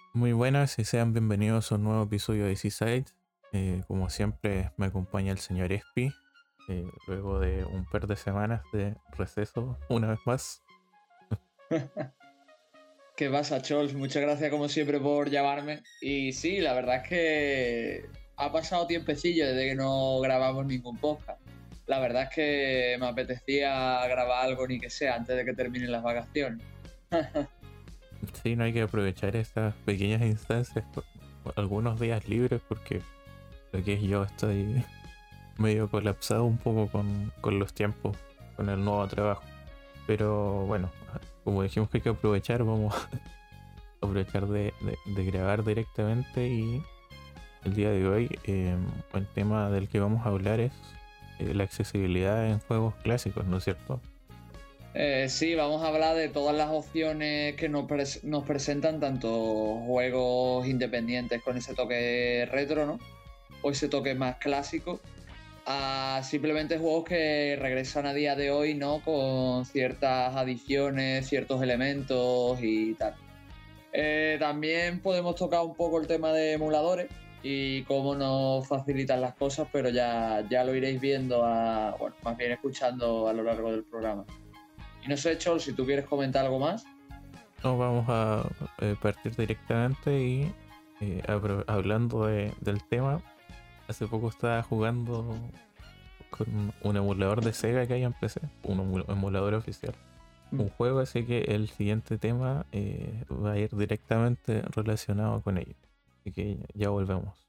Muy buenas y sean bienvenidos a un nuevo episodio de Seaside. Como siempre me acompaña el señor Espi, luego de un par de semanas de receso, una vez más. ¿Qué pasa, Chols? Muchas gracias como siempre por llamarme. Y sí, la verdad es que ha pasado tiempecillo desde que no grabamos ningún podcast. La verdad es que me apetecía grabar algo ni que sea antes de que terminen las vacaciones. Sí, no hay que aprovechar estas pequeñas instancias, algunos días libres, porque lo que es yo estoy medio colapsado un poco con los tiempos, con el nuevo trabajo. Pero bueno, como dijimos que hay que aprovechar, vamos a aprovechar de grabar directamente. Y el día de hoy, el tema del que vamos a hablar es la accesibilidad en juegos clásicos, ¿no es cierto? Sí, vamos a hablar de todas las opciones que nos presentan tanto juegos independientes con ese toque retro, ¿no? O ese toque más clásico, a simplemente juegos que regresan a día de hoy, ¿no? Con ciertas adiciones, ciertos elementos y tal. También podemos tocar un poco el tema de emuladores y cómo nos facilitan las cosas, pero ya lo iréis viendo, bueno, más bien escuchando a lo largo del programa. Y no sé, Chol, si tú quieres comentar algo más. No, vamos a partir directamente y hablando del tema. Hace poco estaba jugando con un emulador de Sega que hay en PC, un emulador oficial. Un juego, así que el siguiente tema va a ir directamente relacionado con ello. Así que ya volvemos.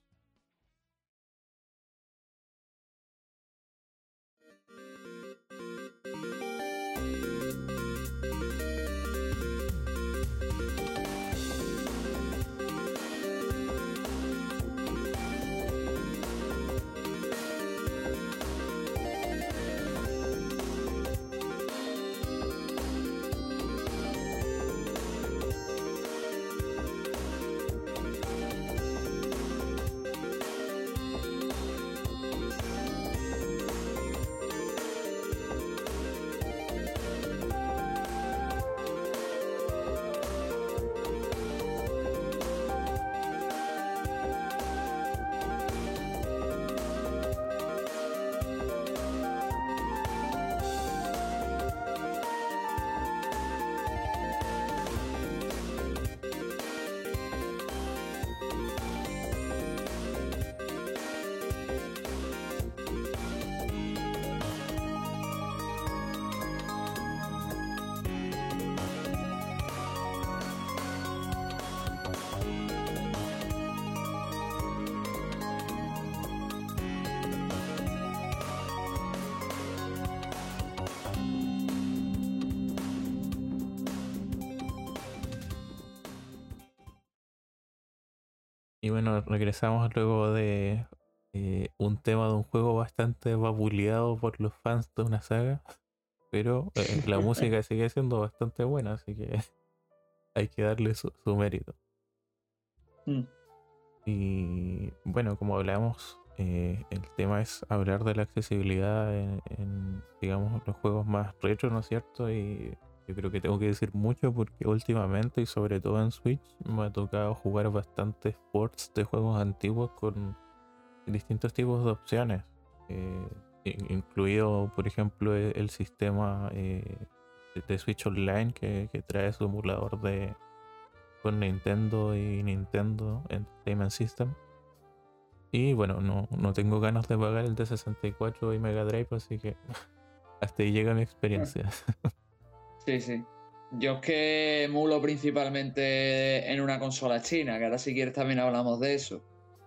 Y bueno, regresamos luego de un tema de un juego bastante vapuleado por los fans de una saga, pero la música sigue siendo bastante buena, así que hay que darle su mérito. Mm. Y bueno, como hablamos, el tema es hablar de la accesibilidad digamos, los juegos más retro, ¿no es cierto? Y yo creo que tengo que decir mucho porque últimamente, y sobre todo en Switch, me ha tocado jugar bastantes ports de juegos antiguos con distintos tipos de opciones, incluido, por ejemplo, el sistema de Switch Online que trae su emulador con Nintendo y Nintendo Entertainment System. Y bueno, no tengo ganas de pagar el de 64 y Mega Drive, así que hasta ahí llega mi experiencia. Sí, sí. Yo es que emulo principalmente en una consola china, que ahora si quieres también hablamos de eso.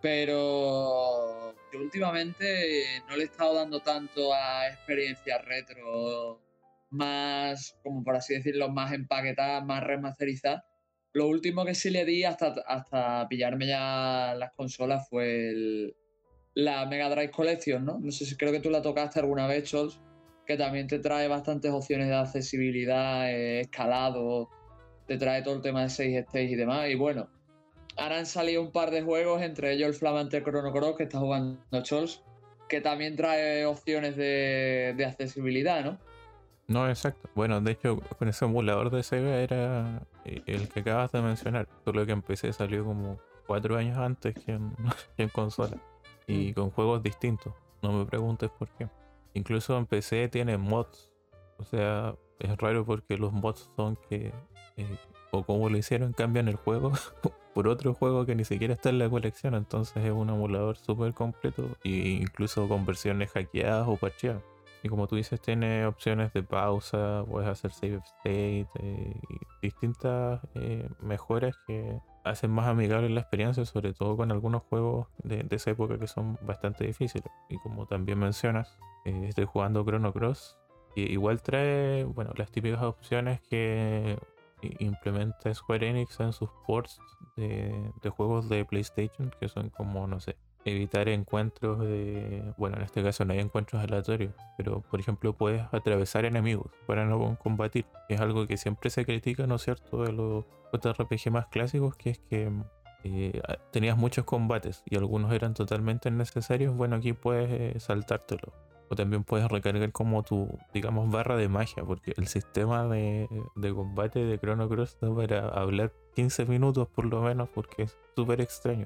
Pero yo últimamente no le he estado dando tanto a experiencias retro más, como por así decirlo, más empaquetadas, más remasterizadas. Lo último que sí le di hasta pillarme ya las consolas fue la Mega Drive Collection, ¿no? No sé si creo que tú la tocaste alguna vez, Chols, que también te trae bastantes opciones de accesibilidad, escalado, te trae todo el tema de 6 stage y demás. Y bueno, ahora han salido un par de juegos, entre ellos el flamante Chrono Cross que está jugando Chols, que también trae opciones de accesibilidad, ¿no? No, exacto. Bueno, de hecho, con ese emulador de Sega era el que acabas de mencionar. Solo que en PC salió como 4 años antes que en, que en consola. Mm. Y con juegos distintos. No me preguntes por qué. Incluso en PC tiene mods. O sea, es raro porque los mods son que, eh, o como lo hicieron, cambian el juego por otro juego que ni siquiera está en la colección. Entonces es un emulador súper completo. E incluso con versiones hackeadas o parcheadas. Y como tú dices, tiene opciones de pausa, puedes hacer save state y distintas mejoras que hacen más amigable la experiencia, sobre todo con algunos juegos de esa época que son bastante difíciles. Y como también mencionas, estoy jugando Chrono Cross, y igual trae, bueno, las típicas opciones que implementa Square Enix en sus ports de juegos de PlayStation, que son como, no sé, evitar encuentros de, bueno, en este caso no hay encuentros aleatorios, pero por ejemplo puedes atravesar enemigos para no combatir. Es algo que siempre se critica, ¿no es cierto?, de los JRPG más clásicos, que es que tenías muchos combates y algunos eran totalmente innecesarios. Bueno, aquí puedes saltártelo. O también puedes recargar como tu, digamos, barra de magia, porque el sistema de combate de Chrono Cross da para hablar 15 minutos por lo menos, porque es súper extraño.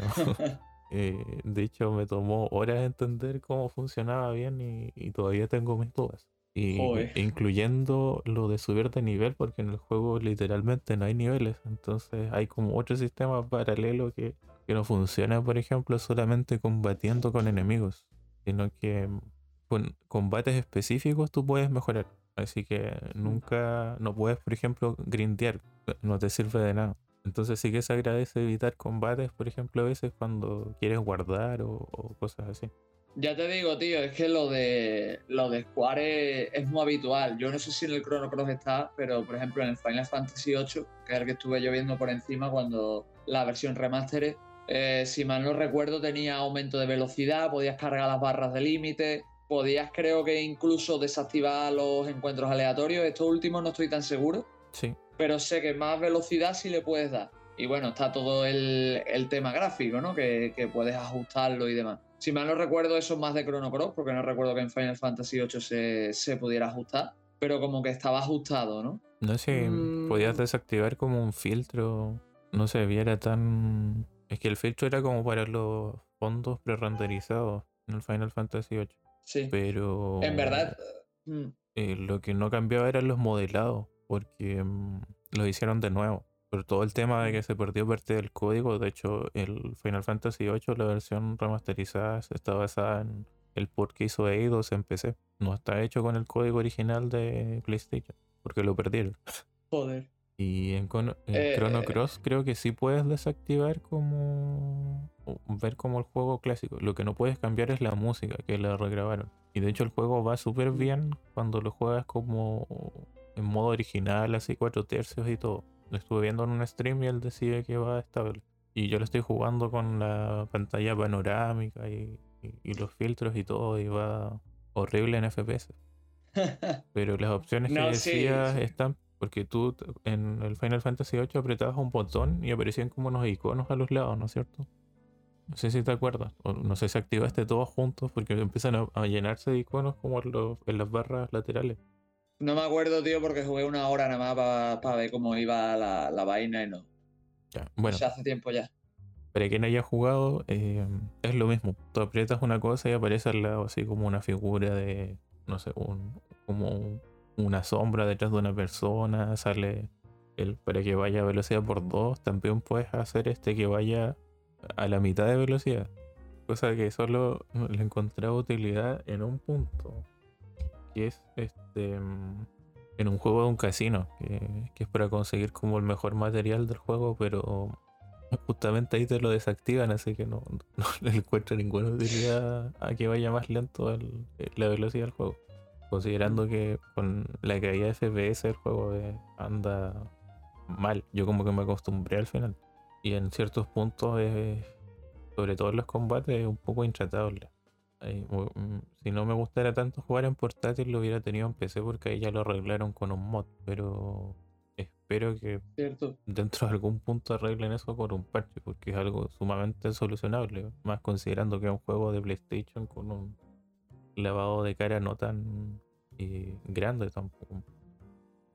De hecho, me tomó horas entender cómo funcionaba bien y todavía tengo mis dudas. Joder. Incluyendo lo de subir de nivel, porque en el juego literalmente no hay niveles. Entonces hay como otro sistema paralelo que no funciona, por ejemplo, solamente combatiendo con enemigos, sino que con combates específicos tú puedes mejorar. Así que Mm. nunca, no puedes, por ejemplo, grindear, no te sirve de nada. Entonces sí que se agradece evitar combates, por ejemplo, a veces cuando quieres guardar o cosas así. Ya te digo, tío, es que lo de Square es muy habitual. Yo no sé si en el Chrono Cross está, pero por ejemplo en el Final Fantasy VIII, que es el que estuve yo viendo por encima cuando la versión remaster, si mal no recuerdo, tenía aumento de velocidad, podías cargar las barras de límite, podías creo que incluso desactivar los encuentros aleatorios. Esto último no estoy tan seguro, Sí, pero sé que más velocidad sí le puedes dar. Y bueno, está todo el tema gráfico, ¿no? Que puedes ajustarlo y demás. Si mal no recuerdo, eso es más de Chrono Cross, porque no recuerdo que en Final Fantasy VIII se pudiera ajustar, pero como que estaba ajustado, ¿no? no sé, podías Mm, desactivar como un filtro, no se viera tan... Es que el filtro era como para los fondos pre-renderizados en el Final Fantasy VIII, sí, en pero verdad. mm, lo que no cambiaba eran los modelados, porque lo hicieron de nuevo. Por todo el tema de mm. que se perdió parte del código. De hecho, el Final Fantasy VIII, la versión remasterizada, está basada en el port que hizo Eidos en PC. No está hecho con el código original de PlayStation, porque lo perdieron. Joder. Y en Chrono Eh, Cross creo que sí puedes desactivar como... o ver como el juego clásico. Lo que no puedes cambiar es la música, que la regrabaron. Y de hecho el juego va súper mm, bien cuando lo juegas como en modo original, así 4 tercios y todo. Lo estuve viendo en un stream y él decía que va estable. Y yo lo estoy jugando con la pantalla panorámica y los filtros y todo, y va horrible en FPS. Pero las opciones que no, sí, decías sí. están, porque tú en el Final Fantasy VIII apretabas un botón y aparecían como unos iconos a los lados, ¿no es cierto? No sé si te acuerdas, o no sé si activaste todos juntos, porque empiezan a llenarse de iconos como en las barras laterales. No me acuerdo, tío, porque jugué una hora nada más para ver cómo iba la vaina y no. Ya, No bueno, sé, hace tiempo ya. para quien haya jugado, es lo mismo. Tú aprietas una cosa y aparece al lado así como una figura de, no sé, una sombra detrás de una persona, sale para que vaya a velocidad por 2. También puedes hacer que vaya a la mitad de velocidad. Cosa que solo le encontraba utilidad en un punto, que es en un juego de un casino, que es para conseguir como el mejor material del juego, pero justamente ahí te lo desactivan, así que no le encuentro ninguna utilidad a que vaya más lento la velocidad del juego. Mm. Considerando que con la caída de FPS el juego anda mal. Yo como que me acostumbré al final. Y en ciertos puntos, sobre todo en los combates, es un poco intratable. Si no me gustara tanto jugar en portátil, lo hubiera tenido en PC porque ahí ya lo arreglaron con un mod. Pero espero que Cierto. dentro de algún punto arreglen eso con un parche, porque es algo sumamente solucionable, más considerando que es un juego de PlayStation con un lavado de cara no tan grande tampoco.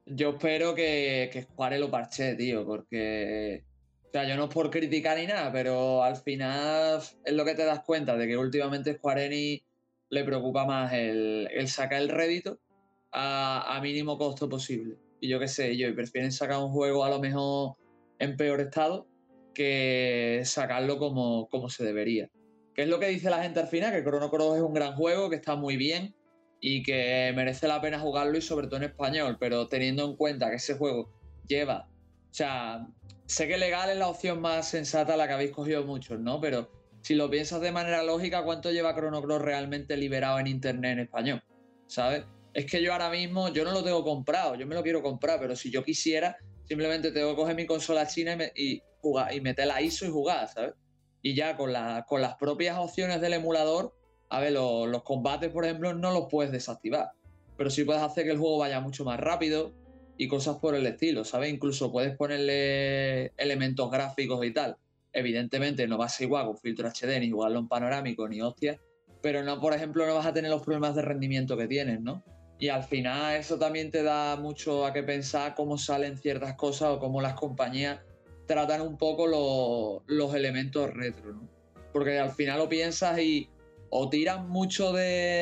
yo espero que Square lo parche, tío, porque... O sea, yo no es por criticar ni nada, pero al final es lo que te das cuenta de que últimamente Square Enix le preocupa más el sacar el rédito a mínimo costo posible. Y yo qué sé, y prefieren sacar un juego a lo mejor en peor estado que sacarlo como se debería. ¿Qué es lo que dice la gente al final? Que Chrono Cross es un gran juego, que está muy bien y que merece la pena jugarlo y sobre todo en español, pero teniendo en cuenta que ese juego lleva, o sea, sé que legal es la opción más sensata la que habéis cogido muchos, ¿no? Pero si lo piensas de manera lógica, ¿cuánto lleva Chrono Cross realmente liberado en internet en español? ¿Sabes? Es que yo ahora mismo, yo no lo tengo comprado, yo me lo quiero comprar, pero si yo quisiera, simplemente tengo que coger mi consola china y jugar, y meter la ISO y jugar, ¿sabes? Y ya con las propias opciones del emulador, a ver, los combates, por ejemplo, no los puedes desactivar, pero sí puedes hacer que el juego vaya mucho más rápido y cosas por el estilo, ¿sabes? Incluso puedes ponerle elementos gráficos y tal. Evidentemente no va a ser igual con filtro HD, ni jugarlo en panorámico, ni hostia, pero no, por ejemplo, no vas a tener los problemas de rendimiento que tienes, ¿no? Y al final eso también te da mucho a qué pensar cómo salen ciertas cosas o cómo las compañías tratan un poco los elementos retro, ¿no? Porque al final lo piensas y o tiran mucho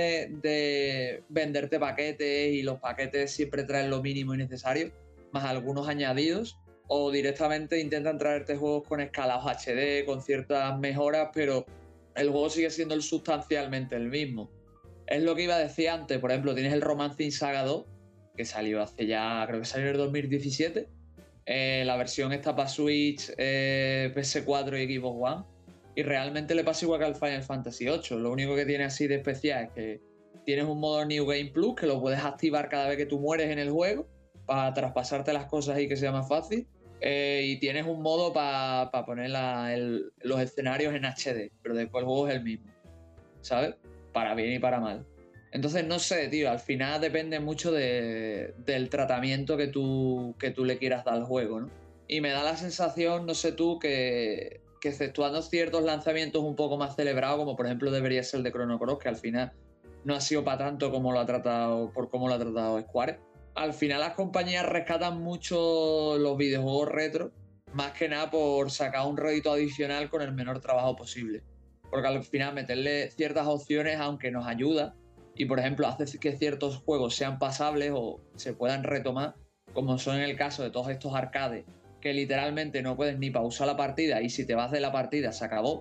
de venderte paquetes y los paquetes siempre traen lo mínimo y necesario, más algunos añadidos, o directamente intentan traerte juegos con escalados HD, con ciertas mejoras, pero el juego sigue siendo sustancialmente el mismo. Es lo que iba a decir antes, por ejemplo, tienes el Romancing Saga 2, que salió hace ya, creo que salió en el 2017, la versión está para Switch, PS4 y Xbox One, y realmente le pasa igual que al Final Fantasy VIII. Lo único que tiene así de especial es que tienes un modo New Game Plus que lo puedes activar cada vez que tú mueres en el juego para traspasarte las cosas y que sea más fácil. Y tienes un modo para poner los escenarios en HD, pero después el juego es el mismo, ¿sabes? Para bien y para mal. Entonces, no sé, tío, al final depende mucho del tratamiento que tú le quieras dar al juego, ¿no? Y me da la sensación, no sé tú, que exceptuando ciertos lanzamientos un poco más celebrados, como por ejemplo debería ser el de Chrono Cross, que al final no ha sido para tanto como lo ha tratado, por cómo lo ha tratado Square, al final las compañías rescatan mucho los videojuegos retro, más que nada por sacar un rédito adicional con el menor trabajo posible. Porque al final meterle ciertas opciones, aunque nos ayuda, y por ejemplo hace que ciertos juegos sean pasables o se puedan retomar, como son en el caso de todos estos arcades, que literalmente no puedes ni pausar la partida y si te vas de la partida se acabó.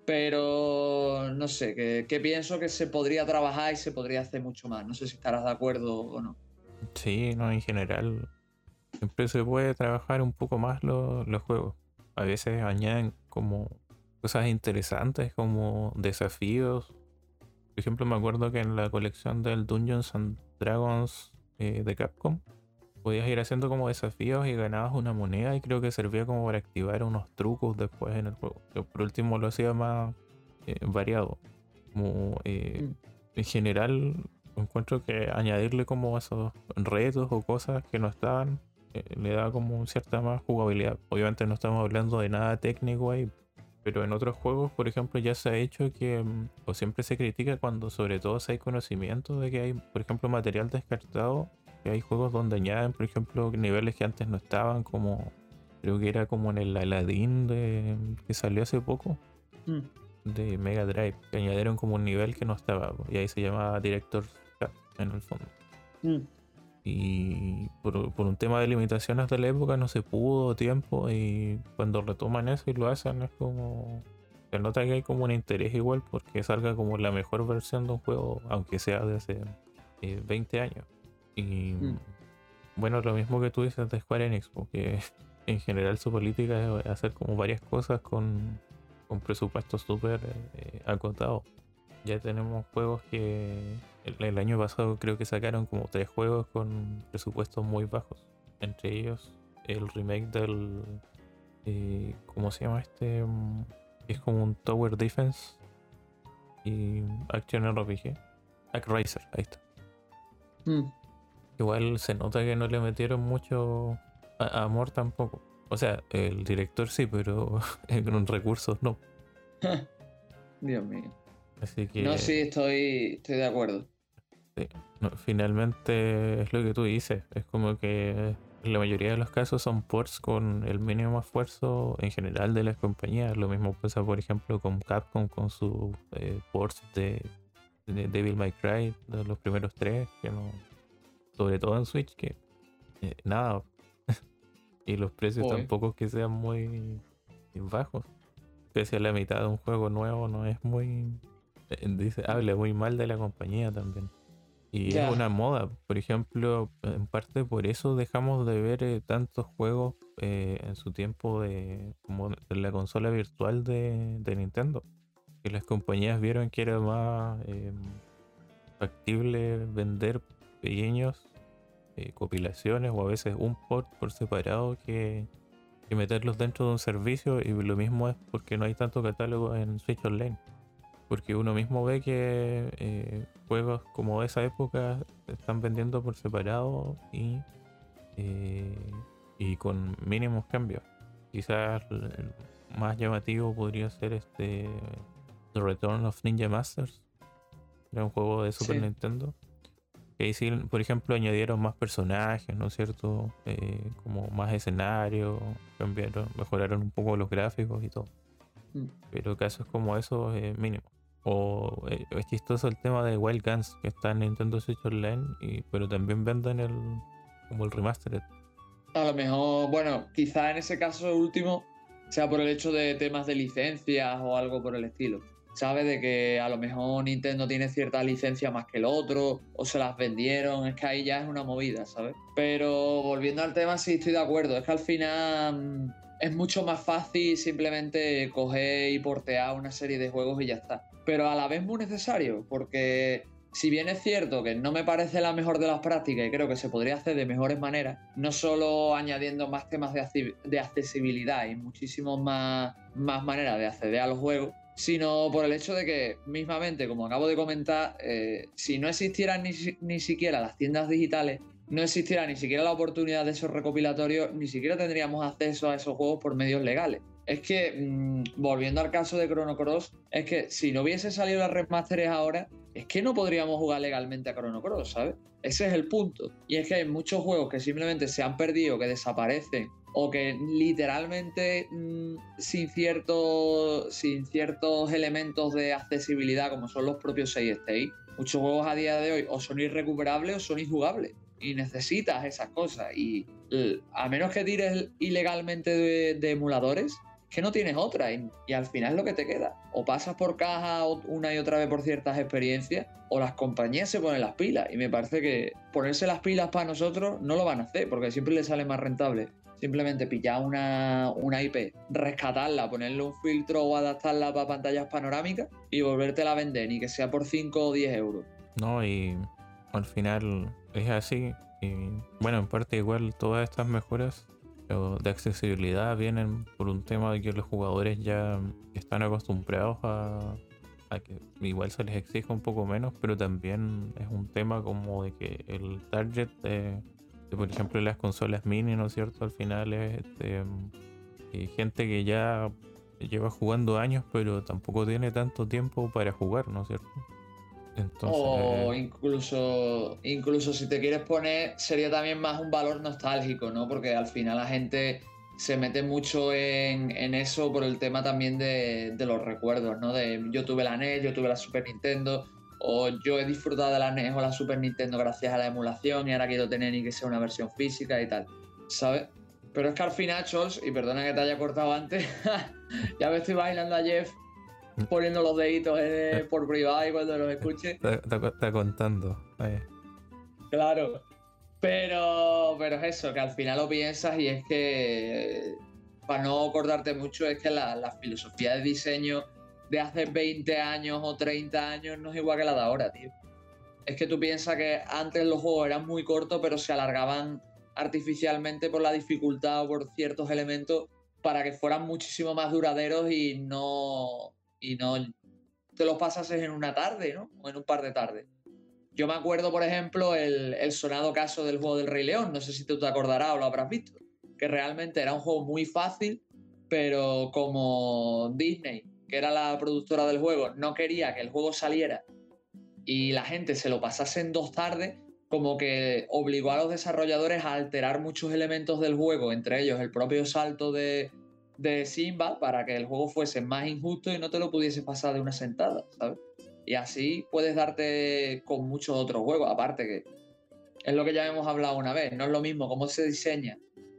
Pero no sé, que pienso que se podría trabajar y se podría hacer mucho más. No sé si estarás de acuerdo o no. Sí, no, en general siempre se puede trabajar un poco más los juegos. A veces añaden como cosas interesantes, como desafíos. Por ejemplo, me acuerdo que en la colección del Dungeons and Dragons de Capcom, podías ir haciendo como desafíos y ganabas una moneda y creo que servía como para activar unos trucos después en el juego. Yo por último lo hacía más variado. Como en general encuentro que añadirle como esos retos o cosas que no estaban le da como cierta más jugabilidad. Obviamente no estamos hablando de nada técnico ahí, pero en otros juegos, por ejemplo, ya se ha hecho que, o siempre se critica cuando sobre todo si hay conocimiento de que hay, por ejemplo, material descartado, que hay juegos donde añaden, por ejemplo, niveles que antes no estaban, como creo que era como en el Aladdin que salió hace poco, de Mega Drive, que añadieron como un nivel que no estaba, y ahí se llamaba Director's Cut en el fondo. Y por un tema de limitaciones de la época no se pudo tiempo, y cuando retoman eso y lo hacen es como se nota que hay como un interés igual porque salga como la mejor versión de un juego, aunque sea de hace 20 años. Y bueno, lo mismo que tú dices de Square Enix, porque en general su política es hacer como varias cosas con presupuestos súper acotados. Ya tenemos juegos que el año pasado creo que sacaron como 3 juegos con presupuestos muy bajos. Entre ellos el remake del... ¿cómo se llama este? Es como un Tower Defense y Action RPG. ActRaiser, ahí está. Igual se nota que no le metieron mucho amor tampoco. O sea, el director sí, pero con recursos no. Dios mío. Así que... No, sí, estoy de acuerdo. Sí. No, finalmente es lo que tú dices, es como que en la mayoría de los casos son ports con el mínimo esfuerzo en general de las compañías. Lo mismo pasa, por ejemplo, con Capcom con sus ports de Devil May Cry, de los primeros tres, que no, sobre todo en Switch, que nada, y los precios Joder. tampoco es que sean muy bajos. Pese a la mitad de un juego nuevo, no es muy. Dice, habla muy mal de la compañía también. Y es Ya, una moda. Por ejemplo, en parte por eso dejamos de ver tantos juegos en su tiempo como de la consola virtual de Nintendo. Que las compañías vieron que era más factible vender pequeños compilaciones o a veces un port por separado que meterlos dentro de un servicio, y lo mismo es porque no hay tanto catálogo en Switch Online. Porque uno mismo ve que juegos como de esa época se están vendiendo por separado eh, y con mínimos cambios. Quizás el más llamativo podría ser The Return of Ninja Masters. Era un juego de Super sí. Nintendo. Que ahí sí, por ejemplo, añadieron más personajes, ¿no es cierto? Como más escenarios, cambiaron, mejoraron un poco los gráficos y todo. Mm. Pero casos como esos mínimo. O es chistoso el tema de Wild Guns que está en Nintendo Switch Online, pero también venden como el remastered. A lo mejor, bueno, quizá en ese caso último sea por el hecho de temas de licencias o algo por el estilo. ¿Sabes? De que a lo mejor Nintendo tiene cierta licencia más que el otro, o se las vendieron, es que ahí ya es una movida, ¿sabes? Pero volviendo al tema, sí estoy de acuerdo, es que al final es mucho más fácil simplemente coger y portear una serie de juegos y ya está. Pero a la vez muy necesario, porque si bien es cierto que no me parece la mejor de las prácticas y creo que se podría hacer de mejores maneras, no solo añadiendo más temas de accesibilidad y muchísimas más maneras de acceder a los juegos, sino por el hecho de que, mismamente, como acabo de comentar, si no existieran ni siquiera las tiendas digitales, no existiera ni siquiera la oportunidad de esos recopilatorios, ni siquiera tendríamos acceso a esos juegos por medios legales. Es que, volviendo al caso de Chrono Cross, es que si no hubiese salido las remasteres ahora, es que no podríamos jugar legalmente a Chrono Cross, ¿sabes? Ese es el punto. Y es que hay muchos juegos que simplemente se han perdido, que desaparecen, o que literalmente sin ciertos elementos de accesibilidad, como son los propios save state, muchos juegos a día de hoy o son irrecuperables o son injugables. Y necesitas esas cosas. Y a menos que tires ilegalmente de emuladores, que no tienes otra y al final es lo que te queda. O pasas por caja una y otra vez por ciertas experiencias, o las compañías se ponen las pilas. Y me parece que ponerse las pilas para nosotros no lo van a hacer, porque siempre les sale más rentable simplemente pillar una IP, rescatarla, ponerle un filtro o adaptarla para pantallas panorámicas y volvértela a vender, y que sea por 5 o 10 euros. ¿No? Y al final es así. Y bueno, en parte igual todas estas mejoras de accesibilidad vienen por un tema de que los jugadores ya están acostumbrados a que igual se les exija un poco menos, pero también es un tema como de que el target de, por ejemplo, las consolas mini, ¿no es cierto? Al final es gente que ya lleva jugando años, pero tampoco tiene tanto tiempo para jugar, ¿no es cierto? Entonces, O incluso si te quieres poner, sería también más un valor nostálgico, ¿no? Porque al final la gente se mete mucho en eso por el tema también de los recuerdos, ¿no? De yo tuve la NES, yo tuve la Super Nintendo, o yo he disfrutado de la NES o la Super Nintendo gracias a la emulación y ahora quiero tener ni que sea una versión física y tal, ¿sabes? Pero es que al final, Chols, y perdona que te haya cortado antes, ya me estoy bailando a Jeff poniendo los deditos por privado y cuando los escuche. está contando. Claro. Pero es eso, que al final lo piensas y es que, para no acordarte mucho, es que la filosofía de diseño de hace 20 años o 30 años no es igual que la de ahora, tío. Es que tú piensas que antes los juegos eran muy cortos, pero se alargaban artificialmente por la dificultad o por ciertos elementos para que fueran muchísimo más duraderos y no te los pasases en una tarde, ¿no? O en un par de tardes. Yo me acuerdo, por ejemplo, el sonado caso del juego del Rey León, no sé si tú te acordarás o lo habrás visto, que realmente era un juego muy fácil, pero como Disney, que era la productora del juego, no quería que el juego saliera y la gente se lo pasase en 2 tardes, como que obligó a los desarrolladores a alterar muchos elementos del juego, entre ellos el propio salto de Simba, para que el juego fuese más injusto y no te lo pudiese pasar de una sentada, ¿sabes? Y así puedes darte con muchos otros juegos, aparte que es lo que ya hemos hablado una vez, no es lo mismo cómo se diseña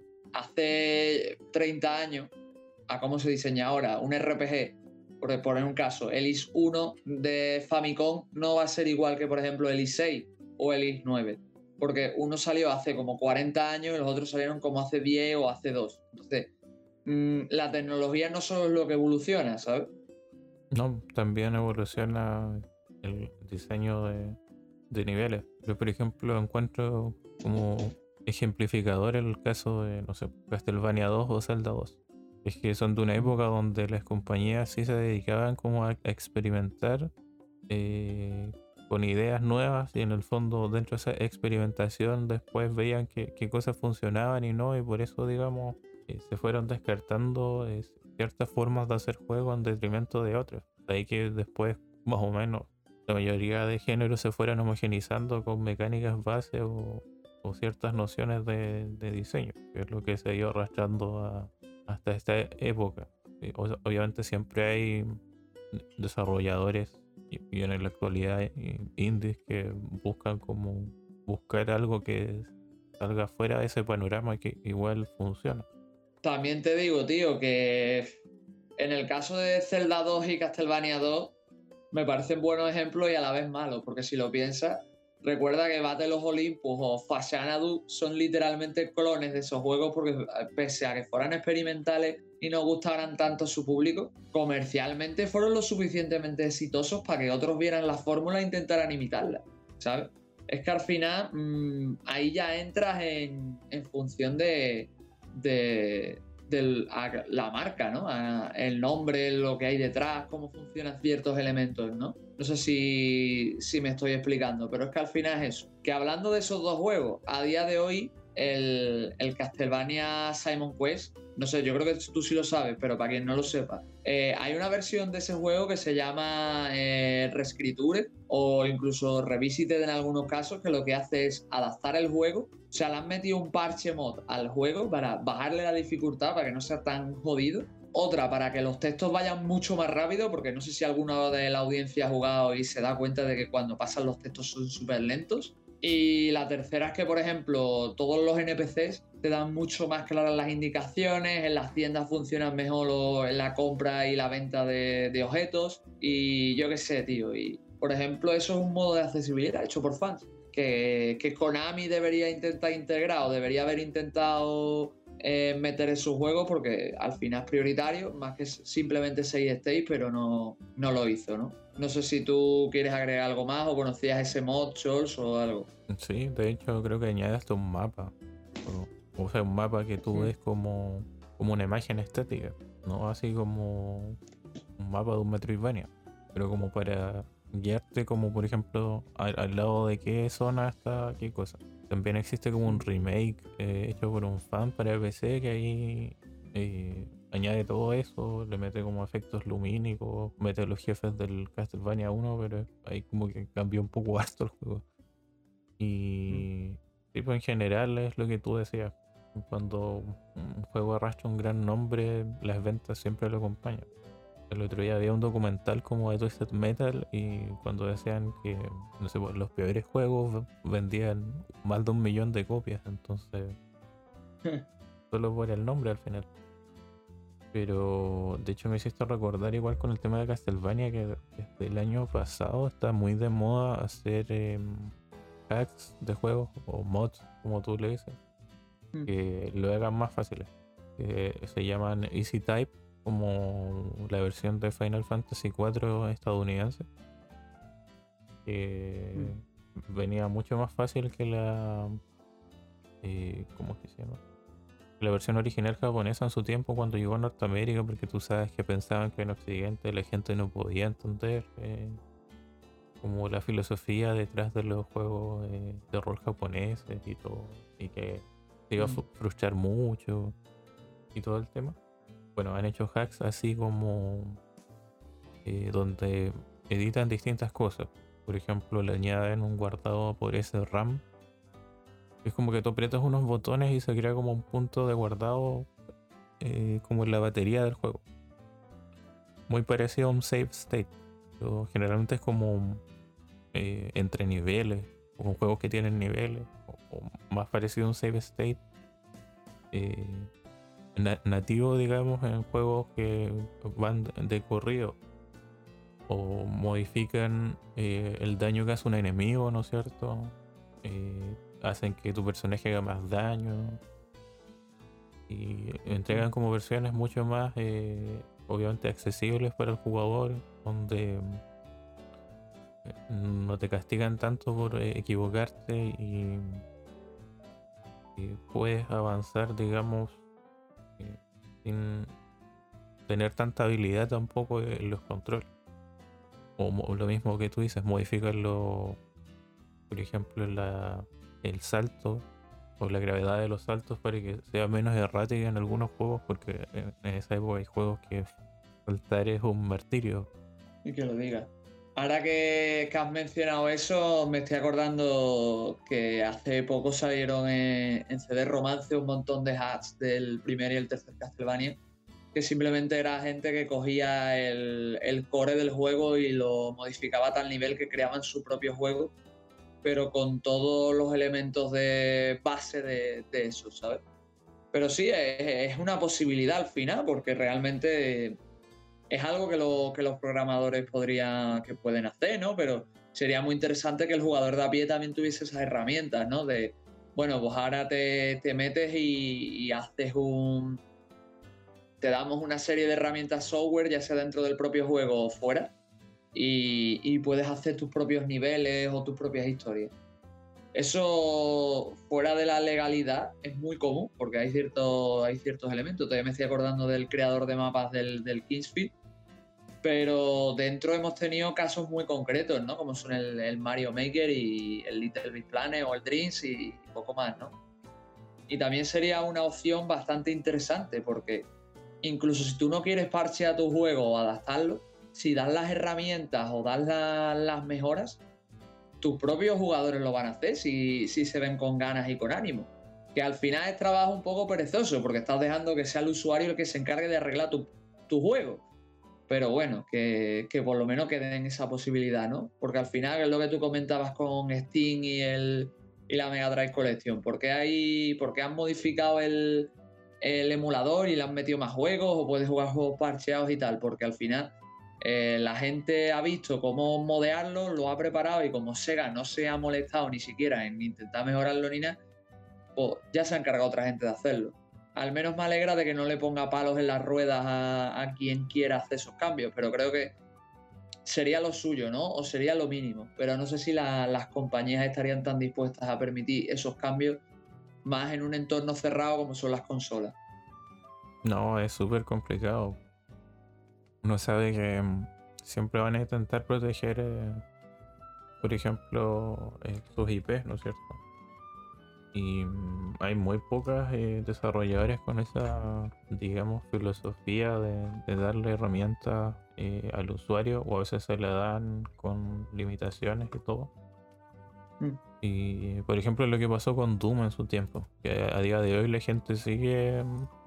hace 30 años a cómo se diseña ahora. Un RPG, por poner un caso, Elise 1 de Famicom no va a ser igual que, por ejemplo, Elise 6 o Elise 9, porque uno salió hace como 40 años y los otros salieron como hace 10 o hace 2. Entonces, la tecnología no solo es lo que evoluciona, ¿sabes? No, también evoluciona el diseño de niveles. Yo, por ejemplo, encuentro como ejemplificador el caso de, no sé, Castlevania 2 o Zelda 2. Es que son de una época donde las compañías sí se dedicaban como a experimentar con ideas nuevas, y en el fondo dentro de esa experimentación después veían qué cosas funcionaban y no, y por eso, digamos, se fueron descartando ciertas formas de hacer juego en detrimento de otras. De ahí que después, más o menos, la mayoría de géneros se fueran homogenizando con mecánicas base o ciertas nociones de diseño, que es lo que se ha ido arrastrando hasta esta época. Obviamente siempre hay desarrolladores y en la actualidad indies que buscan como buscar algo que salga fuera de ese panorama y que igual funciona. También te digo, tío, que en el caso de Zelda 2 y Castlevania 2 me parecen buenos ejemplos y a la vez malos, porque si lo piensas, recuerda que Battle of Olympus o Fashanadu son literalmente clones de esos juegos, porque pese a que fueran experimentales y no gustaran tanto a su público, comercialmente fueron lo suficientemente exitosos para que otros vieran la fórmula e intentaran imitarla, ¿sabes? Es que al final ahí ya entras en función de la marca, ¿no? El nombre, lo que hay detrás, cómo funcionan ciertos elementos, ¿no? No sé si me estoy explicando, pero es que al final es eso. Que hablando de esos dos juegos, a día de hoy, el Castlevania Simon Quest, no sé, yo creo que tú sí lo sabes, pero para quien no lo sepa, hay una versión de ese juego que se llama Reescriture o incluso Revisited en algunos casos, que lo que hace es adaptar el juego. O sea, le han metido un parche mod al juego para bajarle la dificultad, para que no sea tan jodido. Otra, para que los textos vayan mucho más rápido, porque no sé si alguno de la audiencia ha jugado y se da cuenta de que cuando pasan los textos son súper lentos. Y la tercera es que, por ejemplo, todos los NPCs te dan mucho más claras las indicaciones, en las tiendas funcionan mejor en la compra y la venta de objetos, y yo qué sé, tío. Y, por ejemplo, eso es un modo de accesibilidad hecho por fans, que Konami debería intentar integrar o debería haber intentado meter en su juego, porque al final es prioritario, más que simplemente 6 stage, pero no lo hizo, ¿no? No sé si tú quieres agregar algo más o conocías ese mod, Chols, o algo. Sí, de hecho creo que añade hasta un mapa. O sea, un mapa que tú ves como una imagen estética, no así como un mapa de un Metroidvania, pero como para guiarte, como por ejemplo al lado de qué zona está qué cosa. También existe como un remake hecho por un fan para PC que ahí añade todo eso, le mete como efectos lumínicos, mete los jefes del Castlevania 1, pero ahí como que cambió un poco harto el juego. Y tipo, en general es lo que tú decías. Cuando un juego arrastra un gran nombre, las ventas siempre lo acompañan. El otro día había un documental como de Twisted Metal, y cuando decían que, no sé, pues, los peores juegos vendían más de 1 millón de copias, entonces solo por el nombre al final. Pero de hecho me hiciste recordar igual con el tema de Castlevania que desde el año pasado está muy de moda hacer hacks de juegos o mods, como tú le dices, que lo hagan más fáciles. Que se llaman Easy Type, como la versión de Final Fantasy 4 estadounidense, que venía mucho más fácil que la ¿cómo es que se llama? La versión original japonesa en su tiempo cuando llegó a Norteamérica, porque tú sabes que pensaban que en Occidente la gente no podía entender como la filosofía detrás de los juegos de rol japoneses y todo, y que se iba a frustrar mucho y todo el tema. Bueno, han hecho hacks así como donde editan distintas cosas. por ejemplo, le añaden un guardado por ese RAM. Es como que tú aprietas unos botones y se crea como un punto de guardado, como en la batería del juego. Muy parecido a un save state. Pero generalmente es como entre niveles, o con juegos que tienen niveles, o más parecido a un save state. eh, Nativo, digamos, en juegos que van de corrido o modifican el daño que hace un enemigo, ¿no es cierto? Hacen que tu personaje haga más daño y entregan como versiones mucho más, obviamente, accesibles para el jugador, donde no te castigan tanto por equivocarte y puedes avanzar, digamos, eh, sin tener tanta habilidad tampoco en los controles. O lo mismo que tú dices, modificarlo, por ejemplo, el salto o la gravedad de los saltos para que sea menos errática en algunos juegos, porque en esa época hay juegos que saltar es un martirio. Y que lo diga. Ahora que has mencionado eso, me estoy acordando que hace poco salieron en CD Romance un montón de hacks del primer y el tercer Castlevania, que simplemente era gente que cogía el core del juego y lo modificaba a tal nivel que creaban su propio juego, pero con todos los elementos de base de eso, ¿sabes? Pero sí, es una posibilidad al final, porque realmente es algo que los programadores pueden hacer, ¿no? Pero sería muy interesante que el jugador de a pie también tuviese esas herramientas, ¿no? De, bueno, pues ahora te metes y haces te damos una serie de herramientas software, ya sea dentro del propio juego o fuera, y puedes hacer tus propios niveles o tus propias historias. Eso fuera de la legalidad es muy común porque hay ciertos elementos. Todavía me estoy acordando del creador de mapas del Kingsfield, pero dentro hemos tenido casos muy concretos, ¿no? Como son el Mario Maker y el Little Big Planet o el Dreams y poco más, ¿no? Y también sería una opción bastante interesante porque incluso si tú no quieres parchear tu juego o adaptarlo, si das las herramientas o das las mejoras, tus propios jugadores lo van a hacer si se ven con ganas y con ánimo. Que al final es trabajo un poco perezoso porque estás dejando que sea el usuario el que se encargue de arreglar tu juego. Pero bueno, que por lo menos quede en esa posibilidad, ¿no? Porque al final es lo que tú comentabas con Steam y la Mega Drive Collection. ¿Por qué han modificado el emulador y le han metido más juegos o puedes jugar juegos parcheados y tal? Porque al final la gente ha visto cómo modearlo, lo ha preparado y como Sega no se ha molestado ni siquiera en intentar mejorarlo ni nada, pues ya se ha encargado otra gente de hacerlo. Al menos me alegra de que no le ponga palos en las ruedas a quien quiera hacer esos cambios, pero creo que sería lo suyo, ¿no? O sería lo mínimo. Pero no sé si las compañías estarían tan dispuestas a permitir esos cambios más en un entorno cerrado como son las consolas. No, es súper complicado. Uno sabe que siempre van a intentar proteger, por ejemplo, sus IPs, ¿no es cierto? Y hay muy pocas desarrolladores con esa, digamos, filosofía de darle herramientas al usuario, o a veces se la dan con limitaciones y todo. Y por ejemplo lo que pasó con Doom en su tiempo, que a día de hoy la gente sigue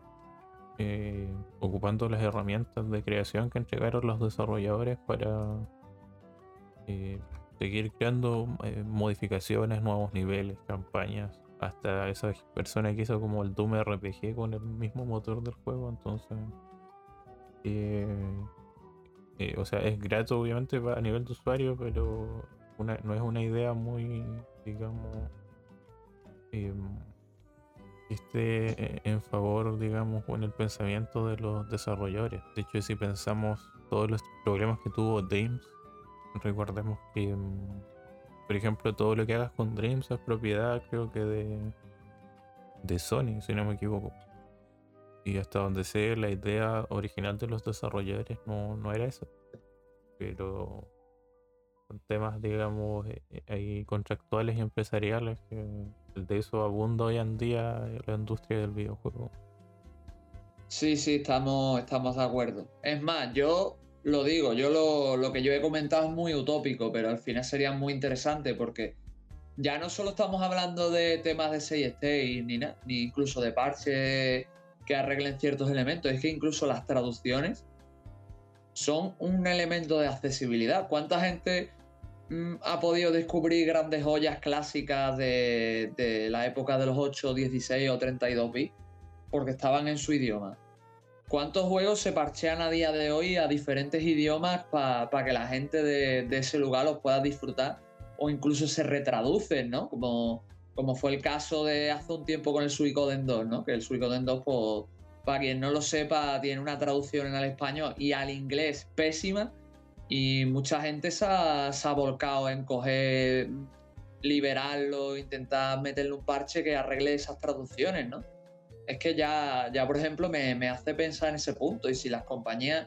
ocupando las herramientas de creación que entregaron los desarrolladores para seguir creando modificaciones, nuevos niveles, campañas. Hasta esa persona que hizo como el Doom RPG con el mismo motor del juego. Entonces, eh, o sea, es grato obviamente a nivel de usuario, pero no es una idea muy, digamos, eh, que esté en favor, digamos, o en el pensamiento de los desarrolladores. De hecho, si pensamos todos los problemas que tuvo Dreams, recordemos que, por ejemplo, todo lo que hagas con Dreams es propiedad, creo que de Sony, si no me equivoco. Y hasta donde sé, la idea original de los desarrolladores no era eso. Pero con temas, digamos, ahí contractuales y empresariales, que de eso abunda hoy en día en la industria del videojuego. Sí, estamos de acuerdo. Es más, yo lo digo, yo lo que yo he comentado es muy utópico, pero al final sería muy interesante porque ya no solo estamos hablando de temas de save state ni nada, ni incluso de parches que arreglen ciertos elementos, es que incluso las traducciones son un elemento de accesibilidad. ¿Cuánta gente ha podido descubrir grandes joyas clásicas de la época de los 8, 16 o 32 bits porque estaban en su idioma? ¿Cuántos juegos se parchean a día de hoy a diferentes idiomas para que la gente de ese lugar los pueda disfrutar o incluso se retraducen, ¿no? Como fue el caso de hace un tiempo con el Suicoden 2, ¿no? Que el Suicoden 2, pues, para quien no lo sepa, tiene una traducción en el español y al inglés pésima y mucha gente se ha volcado en coger, liberarlo, intentar meterle un parche que arregle esas traducciones, ¿no? Es que ya por ejemplo, me hace pensar en ese punto. Y si las compañías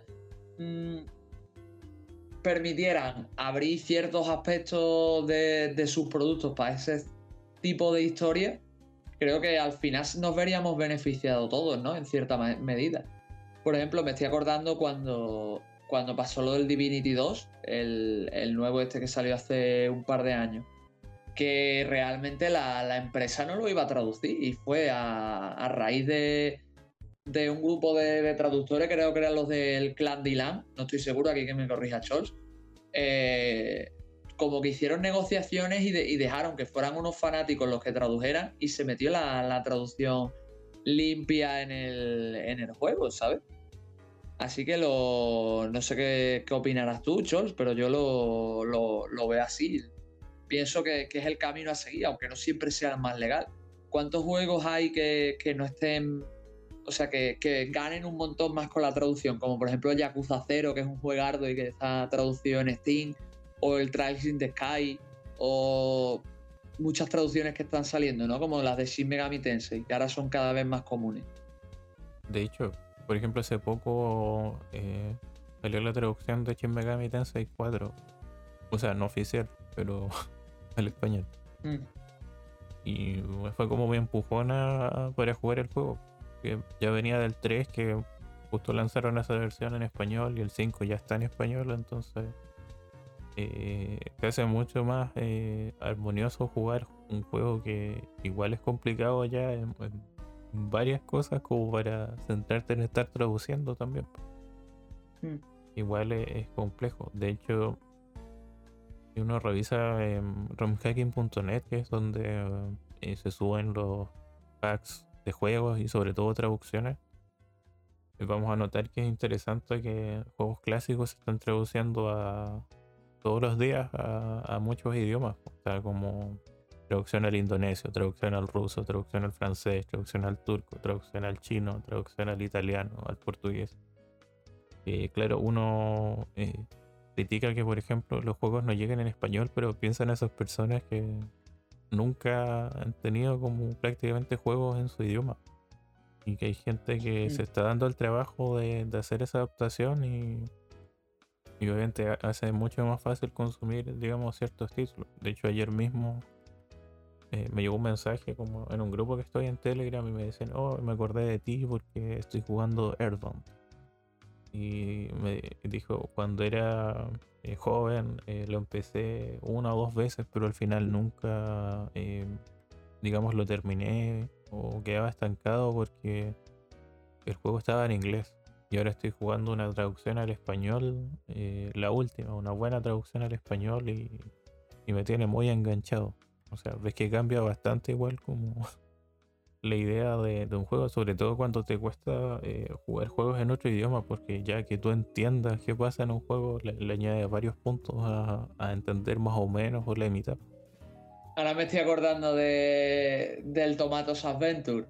permitieran abrir ciertos aspectos de sus productos para ese tipo de historia, creo que al final nos veríamos beneficiados todos, ¿no? En cierta medida. Por ejemplo, me estoy acordando cuando pasó lo del Divinity 2, el nuevo este que salió hace un par de años, que realmente la empresa no lo iba a traducir y fue a raíz de un grupo de traductores, creo que eran los del Clan Dylan, no estoy seguro, aquí que me corrija Scholz, como que hicieron negociaciones y dejaron que fueran unos fanáticos los que tradujeran y se metió la traducción limpia en el juego, ¿sabes? Así que no sé qué opinarás tú, Scholz, pero yo lo veo así. Pienso que es el camino a seguir, aunque no siempre sea el más legal. ¿Cuántos juegos hay que no estén, o sea, que ganen un montón más con la traducción? Como por ejemplo Yakuza 0, que es un juegardo y que está traducido en Steam, o el Trials in the Sky, o muchas traducciones que están saliendo, ¿no? Como las de Shin Megami Tensei, que ahora son cada vez más comunes. De hecho, por ejemplo, hace poco salió la traducción de Shin Megami Tensei 4. O sea, no oficial, pero al español. Y fue como mi empujona para jugar el juego. Que ya venía del 3, que justo lanzaron esa versión en español, y el 5 ya está en español, entonces te hace mucho más armonioso jugar un juego que igual es complicado ya en varias cosas, como para centrarte en estar traduciendo también. Igual es complejo. De hecho, si uno revisa romhacking.net, que es donde se suben los packs de juegos y sobre todo traducciones, vamos a notar que es interesante que juegos clásicos se están traduciendo todos los días a muchos idiomas. O sea, como traducción al indonesio, traducción al ruso, traducción al francés, traducción al turco, traducción al chino, traducción al italiano, al portugués. Claro, uno critica que, por ejemplo, los juegos no lleguen en español, pero piensa en esas personas que nunca han tenido como prácticamente juegos en su idioma, y que hay gente que se está dando el trabajo de hacer esa adaptación, y obviamente hace mucho más fácil consumir, digamos, ciertos títulos. De hecho, ayer mismo me llegó un mensaje como en un grupo que estoy en Telegram, y me dicen: oh, me acordé de ti porque estoy jugando Earthbound. Y me dijo, cuando era joven lo empecé una o dos veces, pero al final nunca, digamos, lo terminé, o quedaba estancado porque el juego estaba en inglés. Y ahora estoy jugando una traducción al español, la última, una buena traducción al español, y me tiene muy enganchado. O sea, ves que cambia bastante igual como la idea de un juego, sobre todo cuando te cuesta jugar juegos en otro idioma, porque ya que tú entiendas qué pasa en un juego, le añade varios puntos a entender más o menos, o la mitad. Ahora me estoy acordando del Tomatoes Adventure,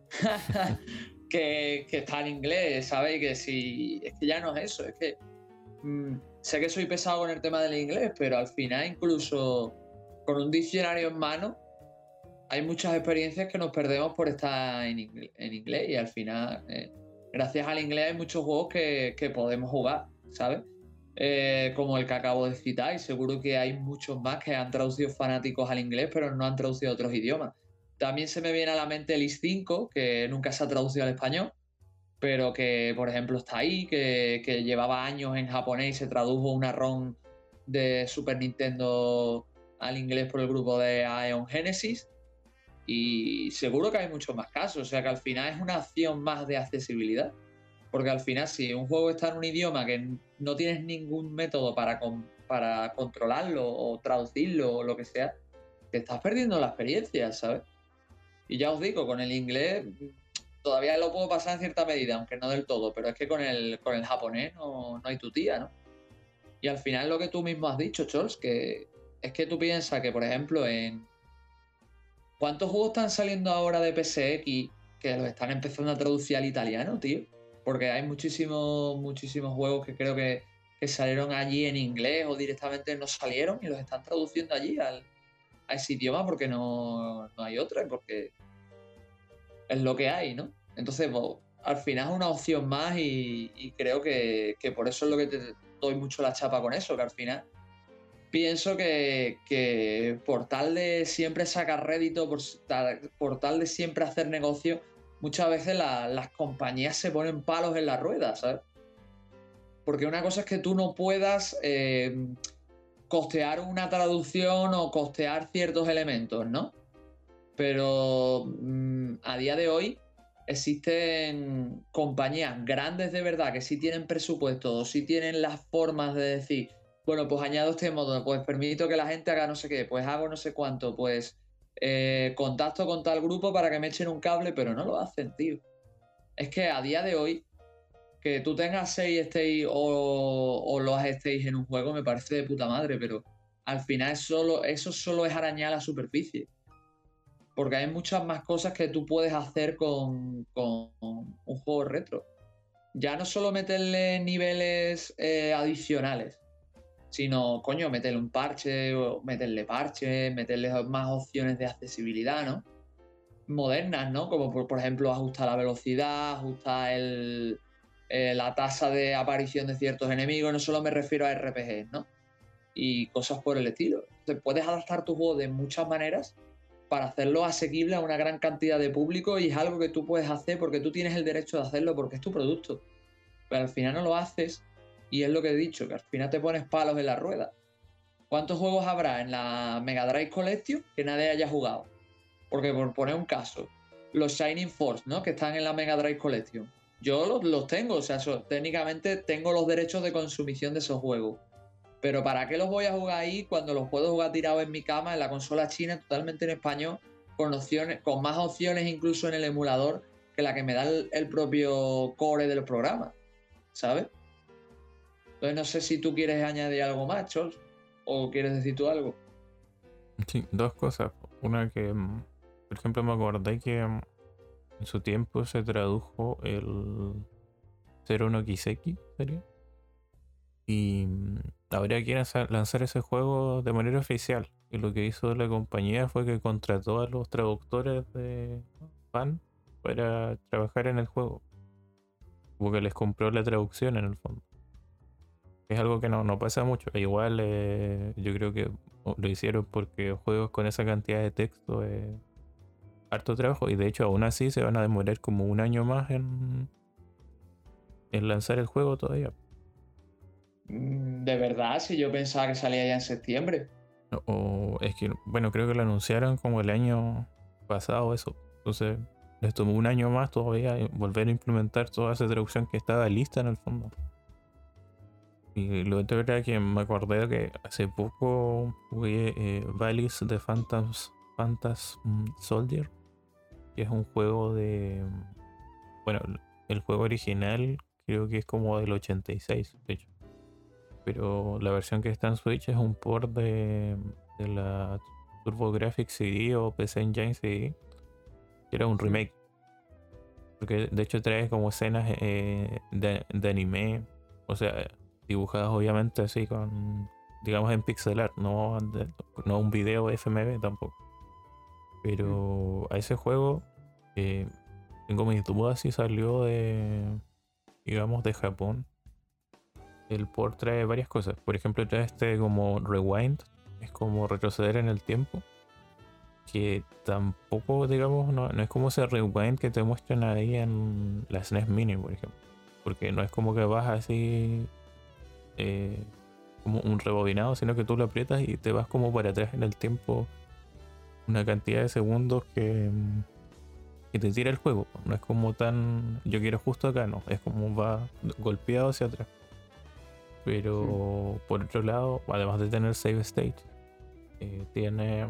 que está en inglés, ¿sabes? Y que si es que ya no es eso, es que sé que soy pesado con el tema del inglés, pero al final incluso con un diccionario en mano hay muchas experiencias que nos perdemos por estar en inglés, y al final, gracias al inglés hay muchos juegos que podemos jugar, ¿sabes? Como el que acabo de citar, y seguro que hay muchos más que han traducido fanáticos al inglés, pero no han traducido otros idiomas. También se me viene a la mente el IS-5, que nunca se ha traducido al español, pero que, por ejemplo, está ahí, que llevaba años en japonés y se tradujo una ROM de Super Nintendo al inglés por el grupo de Aeon Genesis. Y seguro que hay muchos más casos, o sea que al final es una acción más de accesibilidad. Porque al final, si un juego está en un idioma que no tienes ningún método para controlarlo o traducirlo o lo que sea, te estás perdiendo la experiencia, ¿sabes? Y ya os digo, con el inglés todavía lo puedo pasar en cierta medida, aunque no del todo, pero es que con el japonés no hay tu tía, ¿no? Y al final lo que tú mismo has dicho, Chols, que es que tú piensas que, por ejemplo, en ¿cuántos juegos están saliendo ahora de PSX que los están empezando a traducir al italiano, tío? Porque hay muchísimos juegos que creo que salieron allí en inglés o directamente no salieron y los están traduciendo allí a ese idioma porque no hay otra, porque es lo que hay, ¿no? Entonces, pues, al final es una opción más y creo que por eso es lo que te doy mucho la chapa con eso, que al final pienso que por tal de siempre sacar rédito, por tal de siempre hacer negocio, muchas veces las compañías se ponen palos en la rueda, ¿sabes? Porque una cosa es que tú no puedas costear una traducción o costear ciertos elementos, ¿no? Pero a día de hoy existen compañías grandes de verdad que sí tienen presupuesto o sí tienen las formas de decir, bueno, pues añado este modo, pues permito que la gente haga no sé qué, pues hago no sé cuánto, pues contacto con tal grupo para que me echen un cable, pero no lo hacen, tío. Es que a día de hoy, que tú tengas 6 stage o los stage en un juego me parece de puta madre, pero al final eso solo es arañar la superficie. Porque hay muchas más cosas que tú puedes hacer con un juego retro. Ya no solo meterle niveles adicionales, sino, coño, meterle un parche, meterle parches, meterle más opciones de accesibilidad, ¿no? Modernas, ¿no? Como por ejemplo ajustar la velocidad, ajustar la tasa de aparición de ciertos enemigos, no solo me refiero a RPGs, ¿no? Y cosas por el estilo. Entonces puedes adaptar tu juego de muchas maneras para hacerlo asequible a una gran cantidad de público y es algo que tú puedes hacer porque tú tienes el derecho de hacerlo porque es tu producto. Pero al final no lo haces y es lo que he dicho, que al final te pones palos en la rueda. ¿Cuántos juegos habrá en la Mega Drive Collection que nadie haya jugado? Porque por poner un caso, los Shining Force, ¿no? Que están en la Mega Drive Collection. Yo los tengo, o sea, técnicamente tengo los derechos de consumición de esos juegos. Pero ¿para qué los voy a jugar ahí cuando los puedo jugar tirados en mi cama en la consola china totalmente en español con más opciones incluso en el emulador que la que me da el propio core del programa, ¿sabes? Entonces no sé si tú quieres añadir algo más, Chols, o quieres decir tú algo. Sí, dos cosas. Una que, por ejemplo, me acordé que en su tiempo se tradujo el 01XX, ¿sería? Y ahora quieren lanzar ese juego de manera oficial. Y lo que hizo la compañía fue que contrató a los traductores de fan para trabajar en el juego. Porque les compró la traducción en el fondo. Es algo que no pasa mucho. E igual yo creo que lo hicieron porque juegos con esa cantidad de texto es harto trabajo. Y de hecho aún así se van a demorar como un año más en lanzar el juego todavía. De verdad, si yo pensaba que salía ya en septiembre. O es que, bueno, creo que lo anunciaron como el año pasado eso. Entonces les tomó un año más todavía volver a implementar toda esa traducción que estaba lista en el fondo. Y lo otro era que me acordé que hace poco jugué Valis de Phantasm Soldier, que es un juego de... Bueno, el juego original creo que es como del 86, de hecho. Pero la versión que está en Switch es un port de la TurboGrafx CD o PC Engine CD, que era un remake. Porque de hecho trae como escenas de anime, o sea, dibujadas obviamente así con, digamos, en pixel art, no un video FMV tampoco. Pero a ese juego tengo mis dudas si salió digamos, de Japón. El port trae varias cosas. Por ejemplo, trae este como rewind, es como retroceder en el tiempo. que tampoco, digamos, no es como ese rewind que te muestran ahí en la SNES Mini, por ejemplo. Porque no es como que vas así eh, como un rebobinado, sino que tú lo aprietas y te vas como para atrás en el tiempo una cantidad de segundos que te tira el juego. No es como tan, yo quiero justo acá, no, es como va golpeado hacia atrás. Mm. Pero por otro lado, además de tener save state, tiene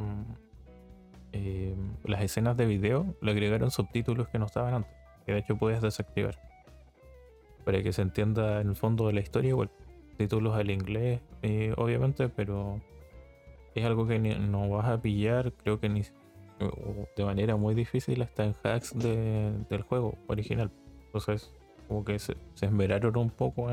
las escenas de video, le agregaron subtítulos que no estaban antes, que de hecho puedes desactivar, para que se entienda en el fondo de la historia igual. Títulos al inglés, obviamente, pero es algo que no vas a pillar, creo que ni o de manera muy difícil hasta en hacks del juego original. Entonces, como que se esmeraron un poco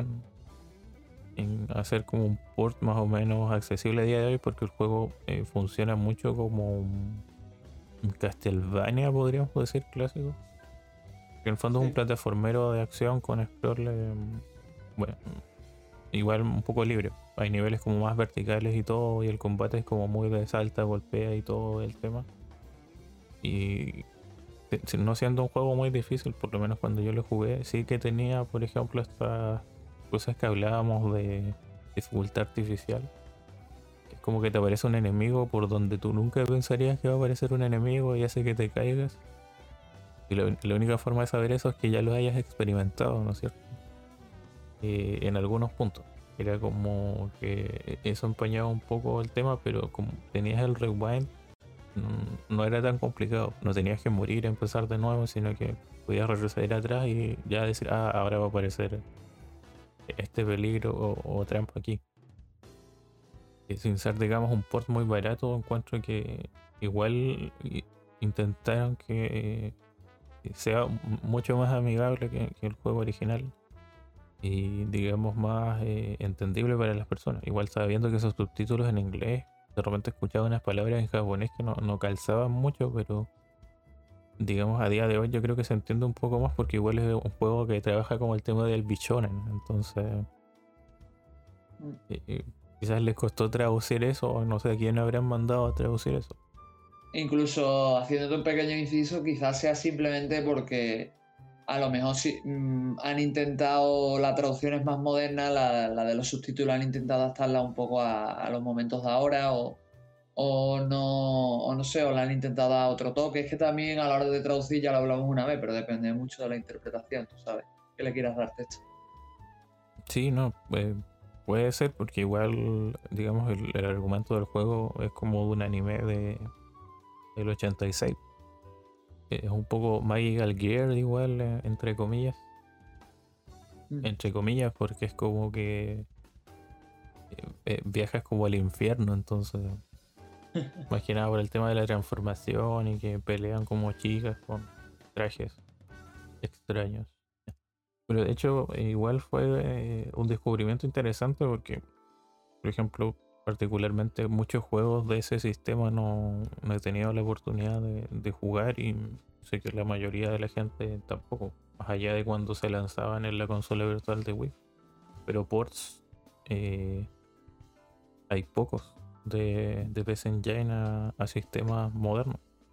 en hacer como un port más o menos accesible a día de hoy, porque el juego funciona mucho como un Castlevania, podríamos decir, clásico. Que en el fondo es un Sí. plataformero de acción con scroll, bueno, igual un poco libre. Hay niveles como más verticales y todo, y el combate es como muy de salta, golpea y todo el tema. Y no siendo un juego muy difícil, por lo menos cuando yo lo jugué, sí que tenía, por ejemplo, estas cosas que hablábamos de dificultad artificial. Que es como que te aparece un enemigo por donde tú nunca pensarías que va a aparecer un enemigo y hace que te caigas. Y la única forma de saber eso es que ya lo hayas experimentado, ¿no es cierto? En algunos puntos. Era como que eso empañaba un poco el tema, pero como tenías el rewind, no era tan complicado. No tenías que morir y empezar de nuevo, sino que podías retroceder atrás y ya decir, ah, ahora va a aparecer este peligro o trampa aquí. Y sin ser, digamos, un port muy barato, encuentro que igual intentaron que sea mucho más amigable que el juego original y digamos más entendible para las personas. Igual sabiendo que esos subtítulos en inglés, de repente escuchaba unas palabras en japonés que no calzaban mucho, pero digamos a día de hoy yo creo que se entiende un poco más porque igual es un juego que trabaja como el tema del bichonen, entonces Mm. quizás les costó traducir eso, o no sé a quién habrán mandado a traducir eso. Incluso haciéndote un pequeño inciso, quizás sea simplemente porque a lo mejor sí, han intentado, la traducción es más moderna, la de los subtítulos han intentado adaptarla un poco a los momentos de ahora o no sé, o la han intentado dar otro toque. Es que también a la hora de traducir ya lo hablamos una vez, pero depende mucho de la interpretación, tú sabes, que le quieras dar texto. Sí, no, puede ser porque igual, digamos, el argumento del juego es como de un anime del 86. Es un poco Magical Gear igual, Mm. entre comillas, porque es como que viajas como al infierno, entonces, más que nada por el tema de la transformación y que pelean como chicas con trajes extraños. Pero de hecho, igual fue un descubrimiento interesante porque, por ejemplo, particularmente muchos juegos de ese sistema no he tenido la oportunidad de jugar y sé que la mayoría de la gente tampoco, más allá de cuando se lanzaban en la consola virtual de Wii. Pero ports eh, hay pocos de PC Engine a sistemas modernos.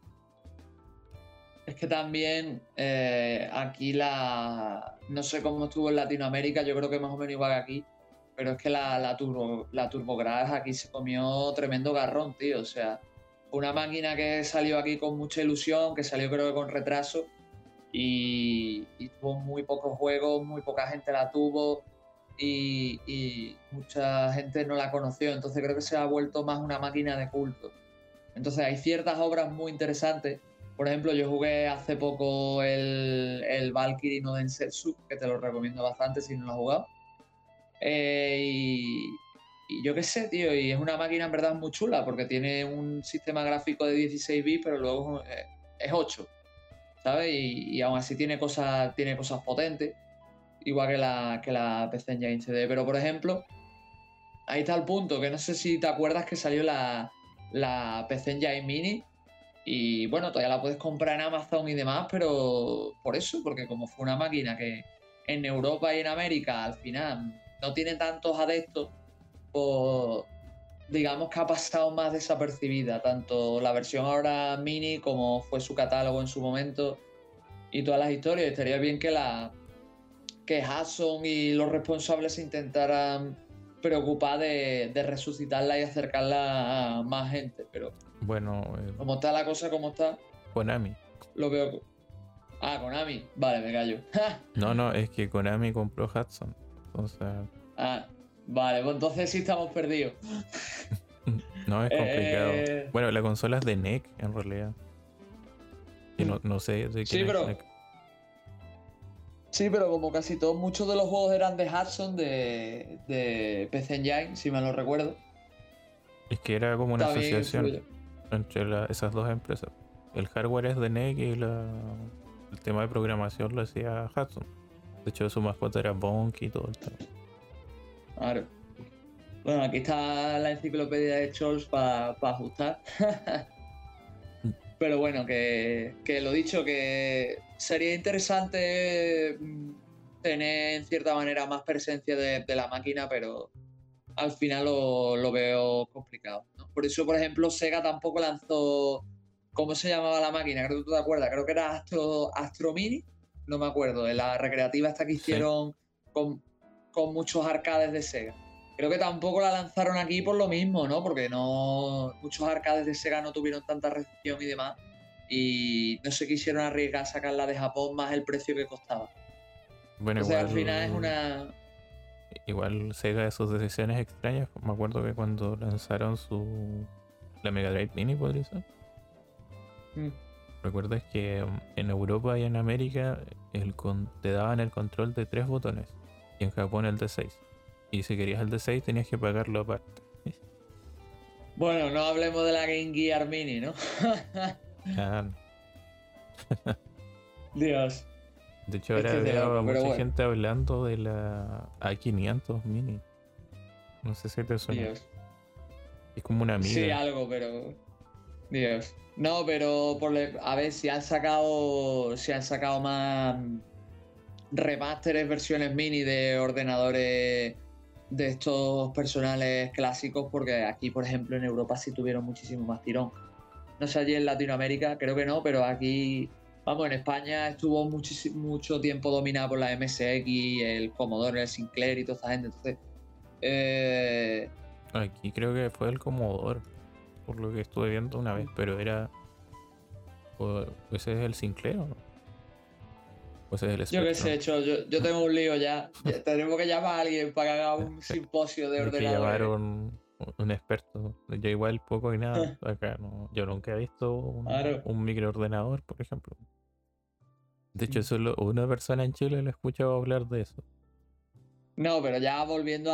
Es que también aquí no sé cómo estuvo en Latinoamérica, yo creo que más o menos igual que aquí, pero es que la TurboGrafx aquí se comió tremendo garrón, tío. O sea, una máquina que salió aquí con mucha ilusión, que salió creo que con retraso y tuvo muy pocos juegos, muy poca gente la tuvo y mucha gente no la conoció. Entonces creo que se ha vuelto más una máquina de culto. Entonces hay ciertas obras muy interesantes. Por ejemplo, yo jugué hace poco el Valkyrie no Densetsu, que te lo recomiendo bastante si no lo has jugado. Y yo qué sé, tío, y es una máquina en verdad muy chula porque tiene un sistema gráfico de 16 bits, pero luego es 8, ¿sabes? Y aún así tiene cosas potentes, igual que la PC Engine CD. Pero, por ejemplo, ahí está el punto, que no sé si te acuerdas que salió la PC Engine Mini y bueno, todavía la puedes comprar en Amazon y demás, pero por eso, porque como fue una máquina que en Europa y en América al final no tiene tantos adeptos, pues digamos que ha pasado más desapercibida, tanto la versión ahora mini como fue su catálogo en su momento y todas las historias. Estaría bien que Hudson y los responsables se intentaran preocupar de resucitarla y acercarla a más gente, pero Bueno, como está la cosa, como está, Konami. lo veo. Ah, Konami. Vale, me callo. No, es que Konami compró Hudson. Entonces, Ah, vale, pues entonces sí estamos perdidos. no es complicado. Eh, Bueno, la consola es de NEC en realidad. Y no sé de quién sí, es pero NEC. Sí, pero como casi todos, muchos de los juegos eran de Hudson, de PC Engine, si me lo recuerdo. Es que era como una También asociación influye. entre esas dos empresas. El hardware es de NEC y el tema de programación lo hacía Hudson. De hecho, su mascota era Bonk y todo el tema. Claro. Bueno, aquí está la enciclopedia de Scholz para ajustar. Pero bueno, que lo dicho, que sería interesante tener en cierta manera más presencia de la máquina, pero al final lo veo complicado, ¿no? Por eso, por ejemplo, Sega tampoco lanzó. ¿Cómo se llamaba la máquina? Creo que tú te acuerdas. Creo que era Astro Mini. No me acuerdo. De la recreativa esta que Sí. hicieron con muchos arcades de Sega. Creo que tampoco la lanzaron aquí por lo mismo, ¿no? Porque muchos arcades de Sega no tuvieron tanta recepción y demás. Y no se quisieron arriesgar a sacarla de Japón más el precio que costaba. Bueno, Entonces al final es una. igual Sega de sus decisiones extrañas. Me acuerdo que cuando lanzaron la Mega Drive Mini, podría ser. Mm. ¿Recuerdas que en Europa y en América te daban el control de 3 botones y en Japón el de 6? Y si querías el de 6 tenías que pagarlo aparte. Bueno, no hablemos de la Game Gear Mini, ¿no? Ah, no. Dios. De hecho, Es ahora que es de veo a loco, pero mucha bueno. gente hablando de la A500 Mini. No sé si te suena. Dios. Es como una Sí, amiga. algo, pero. Dios. No, pero a ver si han sacado más remasteres, versiones mini de ordenadores de estos personales clásicos, porque aquí, por ejemplo, en Europa sí tuvieron muchísimo más tirón. No sé, allí en Latinoamérica, creo que no, pero aquí, vamos, en España estuvo mucho tiempo dominada por la MSX, el Commodore, el Sinclair y toda esta gente. Entonces, eh, Aquí creo que fue el Commodore, por lo que estuve viendo una vez, pero era. ¿Ese es el Sinclair o no? ¿O ese es el yo qué sé, Spectrum? hecho, yo tengo un lío ya. Tenemos que llamar a alguien para que haga un Sí. simposio de Hay que llamar a ordenadores. un experto. Yo igual poco y nada acá. No, yo nunca he visto Claro. un microordenador, por ejemplo. De hecho, solo una persona en Chile le he escuchado hablar de eso. No, pero ya volviendo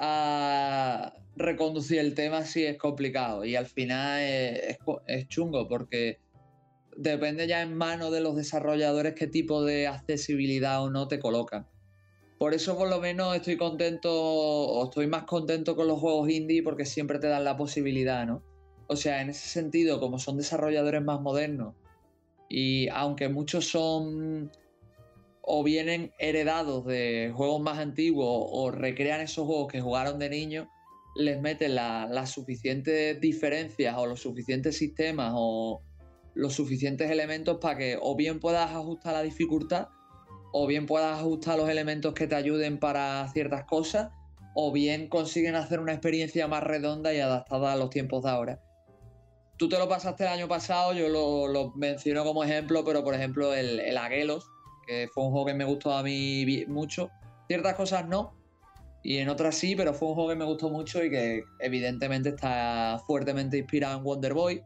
a reconducir el tema sí es complicado y al final es chungo porque depende ya en manos de los desarrolladores qué tipo de accesibilidad o no te colocan. Por eso por lo menos estoy contento o estoy más contento con los juegos indie porque siempre te dan la posibilidad, ¿no? O sea, en ese sentido, como son desarrolladores más modernos y aunque muchos son o vienen heredados de juegos más antiguos o recrean esos juegos que jugaron de niños, les meten las suficientes diferencias o los suficientes sistemas o los suficientes elementos para que o bien puedas ajustar la dificultad o bien puedas ajustar los elementos que te ayuden para ciertas cosas o bien consiguen hacer una experiencia más redonda y adaptada a los tiempos de ahora. Tú te lo pasaste el año pasado, yo lo menciono como ejemplo, pero por ejemplo el Aguelos, que fue un juego que me gustó a mí mucho. Ciertas cosas no, y en otras sí, pero fue un juego que me gustó mucho y que evidentemente está fuertemente inspirado en Wonder Boy.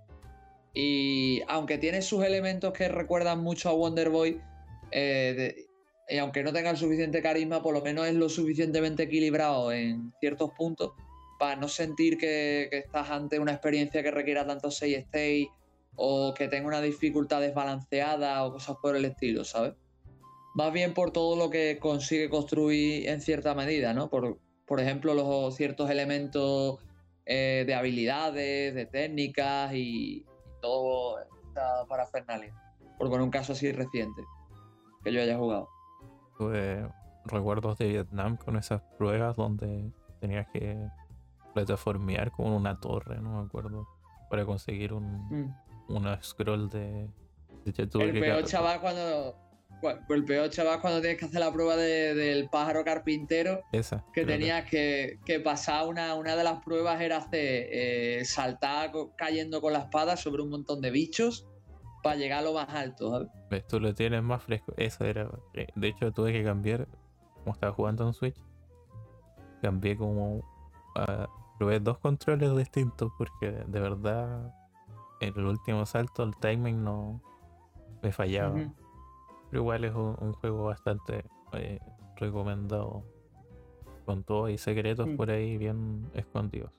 Y aunque tiene sus elementos que recuerdan mucho a Wonder Boy, y aunque no tenga el suficiente carisma, por lo menos es lo suficientemente equilibrado en ciertos puntos para no sentir que estás ante una experiencia que requiera tanto save state o que tenga una dificultad desbalanceada o cosas por el estilo, ¿sabes? Más bien por todo lo que consigue construir en cierta medida, ¿no? Por ejemplo, los ciertos elementos de habilidades, de técnicas y todo esta parafernalia. Por poner un caso así reciente que yo haya jugado. Tuve recuerdos de Vietnam con esas pruebas donde tenías que plataformear como en una torre, no me acuerdo, para conseguir Mm. una scroll de hecho tuve El que peor chaval el peor chaval cuando tienes que hacer la prueba del pájaro carpintero, esa, que creo que tenías que pasar una de las pruebas era hacer saltar cayendo con la espada sobre un montón de bichos para llegar a lo más alto, ¿sabes? ves, tú lo tienes más fresco. Esa era. De hecho, tuve que cambiar, como estaba jugando en Switch, cambié como. Probé dos controles distintos porque de verdad en el último salto el timing no me fallaba. Ujú. Pero igual es un juego bastante eh, recomendado, con todos y secretos Mm. por ahí bien escondidos.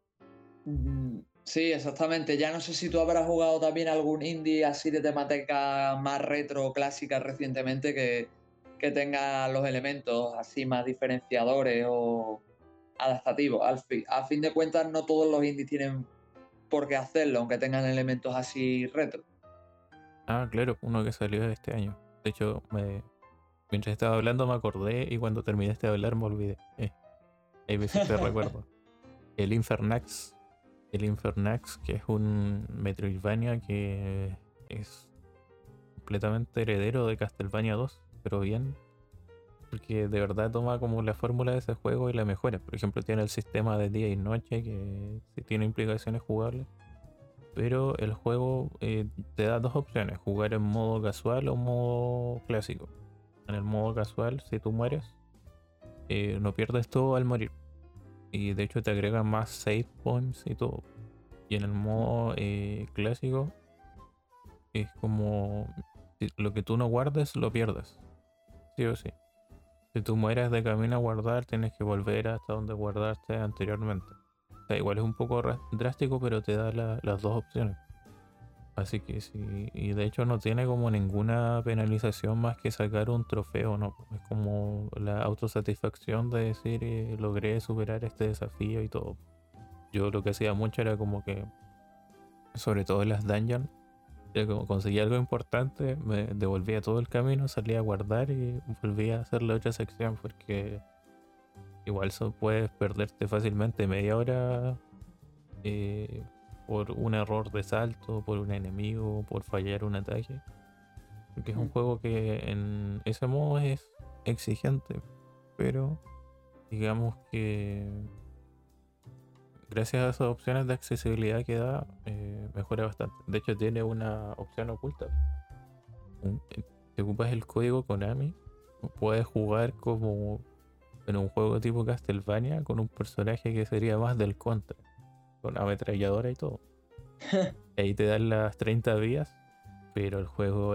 Sí, exactamente. Ya no sé si tú habrás jugado también algún indie así de temática más retro o clásica recientemente que tenga los elementos así más diferenciadores o adaptativos. A fin de cuentas, no todos los indies tienen por qué hacerlo, aunque tengan elementos así retro. Ah, claro, uno que salió este año. De hecho, mientras estaba hablando me acordé y cuando terminaste de hablar me olvidé. Ahí me hiciste recuerdo. El Infernax. El Infernax, que es un Metroidvania que es completamente heredero de Castlevania 2, pero bien, porque de verdad toma como la fórmula de ese juego y la mejora. Por ejemplo, tiene el sistema de día y noche que sí tiene implicaciones jugables, pero el juego te da dos opciones, jugar en modo casual o modo clásico. En el modo casual, si tú mueres, no pierdes todo al morir. Y de hecho te agregan más save points y todo. Y en el modo clásico es como lo que tú no guardes lo pierdes, sí o sí. Si tú mueres de camino a guardar, tienes que volver hasta donde guardaste anteriormente. O sea, igual es un poco drástico, pero te da las dos opciones. Así que sí, y de hecho no tiene como ninguna penalización más que sacar un trofeo, ¿no? Es como la autosatisfacción de decir, logré superar este desafío y todo. Yo lo que hacía mucho era como que, sobre todo en las dungeons, ya como conseguí algo importante, me devolvía todo el camino, salía a guardar y volvía a hacer la otra sección porque igual puedes perderte fácilmente media hora eh, por un error de salto, por un enemigo, por fallar un ataque. Porque es un juego que en ese modo es exigente, pero digamos que gracias a esas opciones de accesibilidad que da, mejora bastante. De hecho, tiene una opción oculta. Si ocupas el código Konami, puedes jugar como en un juego tipo Castlevania con un personaje que sería más del Contra, con ametralladora y todo. Ahí te dan las 30 vías, pero el juego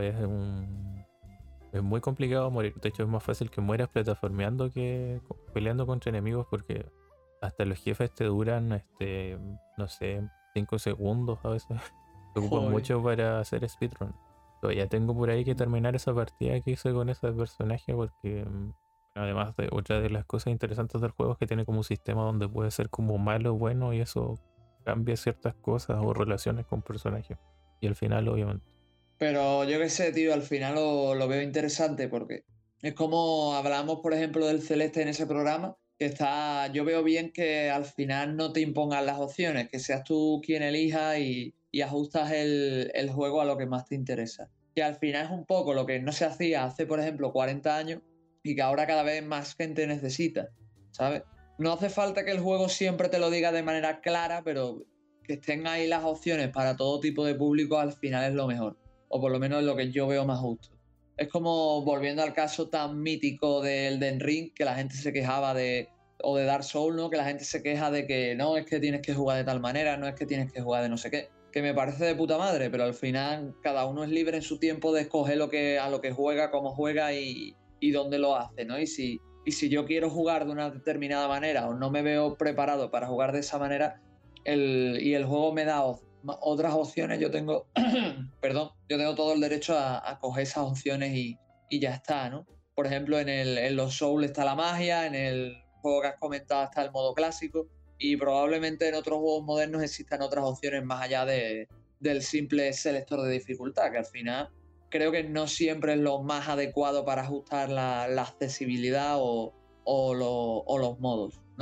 es muy complicado morir. De hecho, es más fácil que mueras plataformeando que peleando contra enemigos porque hasta los jefes te duran, no sé, 5 segundos a veces. Se ocupan Joder. mucho para hacer speedrun. Todavía tengo por ahí que terminar esa partida que hice con ese personaje porque además de otra de las cosas interesantes del juego es que tiene como un sistema donde puede ser como malo o bueno y eso cambia ciertas cosas o relaciones con personajes. Y al final, obviamente. Pero yo qué sé, tío, al final lo veo interesante porque es como hablamos, por ejemplo, del Celeste en ese programa, que está, yo veo bien que al final no te impongan las opciones, que seas tú quien elija y ajustas el juego a lo que más te interesa. Que al final es un poco lo que no se hacía hace, por ejemplo, 40 años y que ahora cada vez más gente necesita, ¿sabes? No hace falta que el juego siempre te lo diga de manera clara, pero que estén ahí las opciones para todo tipo de público al final es lo mejor, o por lo menos es lo que yo veo más justo. Es como volviendo al caso tan mítico del Elden Ring, que la gente se quejaba o de Dark Souls, ¿no? Que la gente se queja de que no, es que tienes que jugar de tal manera, no es que tienes que jugar de no sé qué, que me parece de puta madre, pero al final cada uno es libre en su tiempo de escoger a lo que juega, cómo juega y dónde lo hace, ¿no? Y si yo quiero jugar de una determinada manera o no me veo preparado para jugar de esa manera y el juego me da otras opciones, yo tengo, perdón, yo tengo todo el derecho a coger esas opciones y ya está, ¿no? Por ejemplo, en los Souls está la magia, en el juego que has comentado está el modo clásico y probablemente en otros juegos modernos existan otras opciones más allá del simple selector de dificultad, que al final creo que no siempre es lo más adecuado para ajustar la accesibilidad o los modos, ¿no?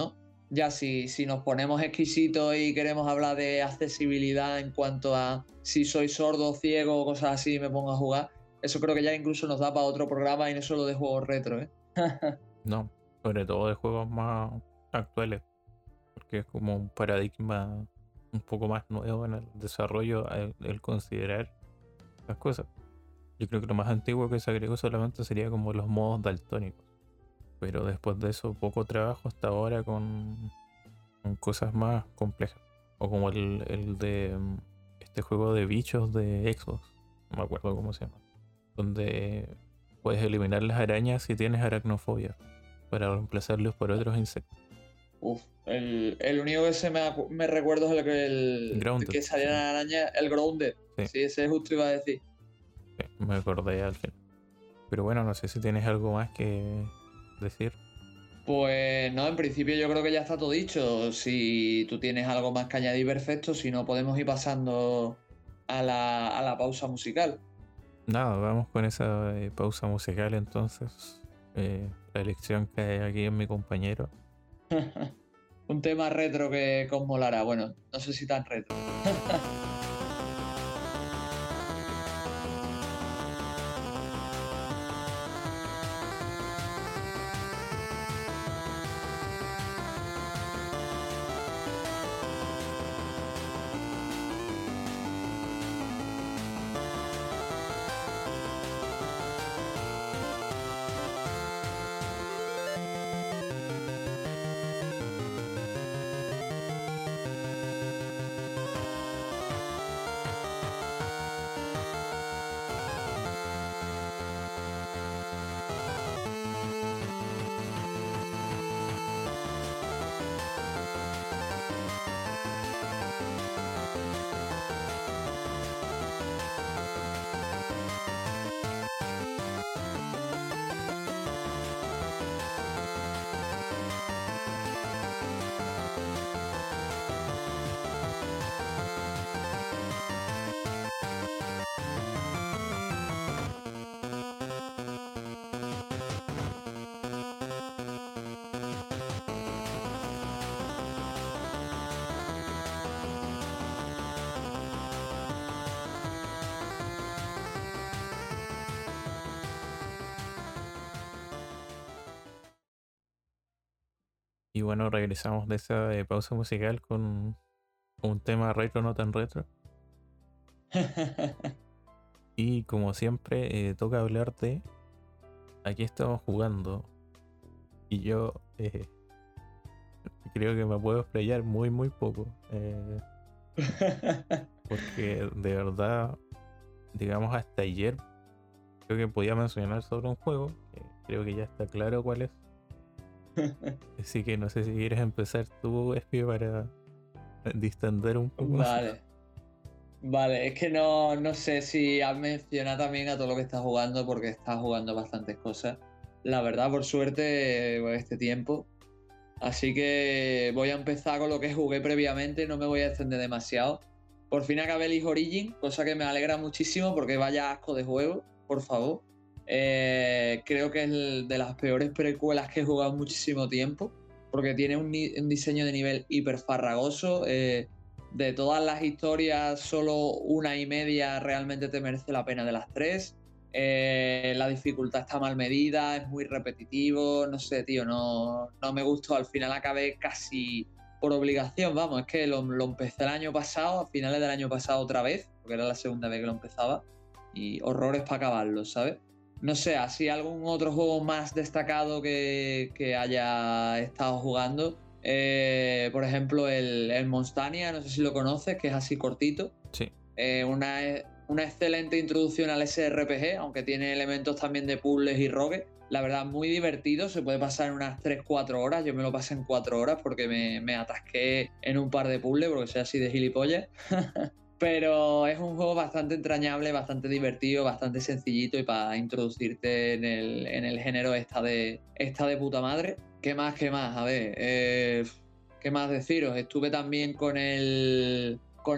Ya si nos ponemos exquisitos y queremos hablar de accesibilidad en cuanto a si soy sordo, ciego o cosas así y me pongo a jugar, eso creo que ya incluso nos da para otro programa y no solo de juegos retro, ¿eh? No, sobre todo de juegos más actuales, porque es como un paradigma un poco más nuevo en el desarrollo, el considerar las cosas. Yo creo que lo más antiguo que se agregó solamente sería como los modos daltónicos. Pero después de eso, poco trabajo hasta ahora con cosas más complejas. O como el de este juego de bichos de Xbox. No me acuerdo cómo se llama. Donde puedes eliminar las arañas si tienes aracnofobia. Para reemplazarlos por otros insectos. Uf, el único que me recuerdo es el Grounded. que salía Sí. la araña, el Grounded. Sí. Sí, ese justo iba a decir. Sí, me acordé al final. Pero bueno, no sé si tienes algo más que decir. Pues no, en principio yo creo que ya está todo dicho. Si tú tienes algo más que añadir, perfecto. Si no, podemos ir pasando a la pausa musical. Nada, vamos con esa pausa musical entonces. La elección que hay aquí en mi compañero. Un tema retro que os molará. Bueno, no sé si tan retro. Y bueno, regresamos de esa pausa musical con un tema retro, no tan retro. Y como siempre, toca hablar de aquí estamos jugando. Y yo creo que me puedo explayar muy, muy poco. Porque de verdad, digamos, hasta ayer creo que podía mencionar sobre un juego. Que creo que ya está claro cuál es. Así que no sé si quieres empezar tú, Espi, para distender un poco. Vale. Vale, es que no sé si has mencionado también a todo lo que estás jugando, porque estás jugando bastantes cosas. La verdad, por suerte, este tiempo. Así que voy a empezar con lo que jugué previamente, no me voy a extender demasiado. Por fin acabé el League Origin, cosa que me alegra muchísimo porque vaya asco de juego, por favor. Creo que es de las peores precuelas que he jugado en muchísimo tiempo, porque tiene un diseño de nivel hiper farragoso. De todas las historias, solo una y media realmente te merece la pena de las tres. La dificultad está mal medida, es muy repetitivo, no sé, tío, no me gustó. Al final acabé casi por obligación, vamos, es que lo empecé el año pasado, a finales del año pasado otra vez, porque era la segunda vez que lo empezaba, y horrores para acabarlo, ¿sabes? No sé, así algún otro juego más destacado que haya estado jugando. Por ejemplo, el Monstania, no sé si lo conoces, que es así cortito. Sí. Una excelente introducción al SRPG, aunque tiene elementos también de puzzles y rogues. La verdad, muy divertido, se puede pasar en unas 3-4 horas. Yo me lo pasé en 4 horas porque me atasqué en un par de puzzles, porque soy así de gilipollas. Pero es un juego bastante entrañable, bastante divertido, bastante sencillito y para introducirte en el género está de puta madre. ¿Qué más? A ver, ¿qué más deciros? Estuve también con el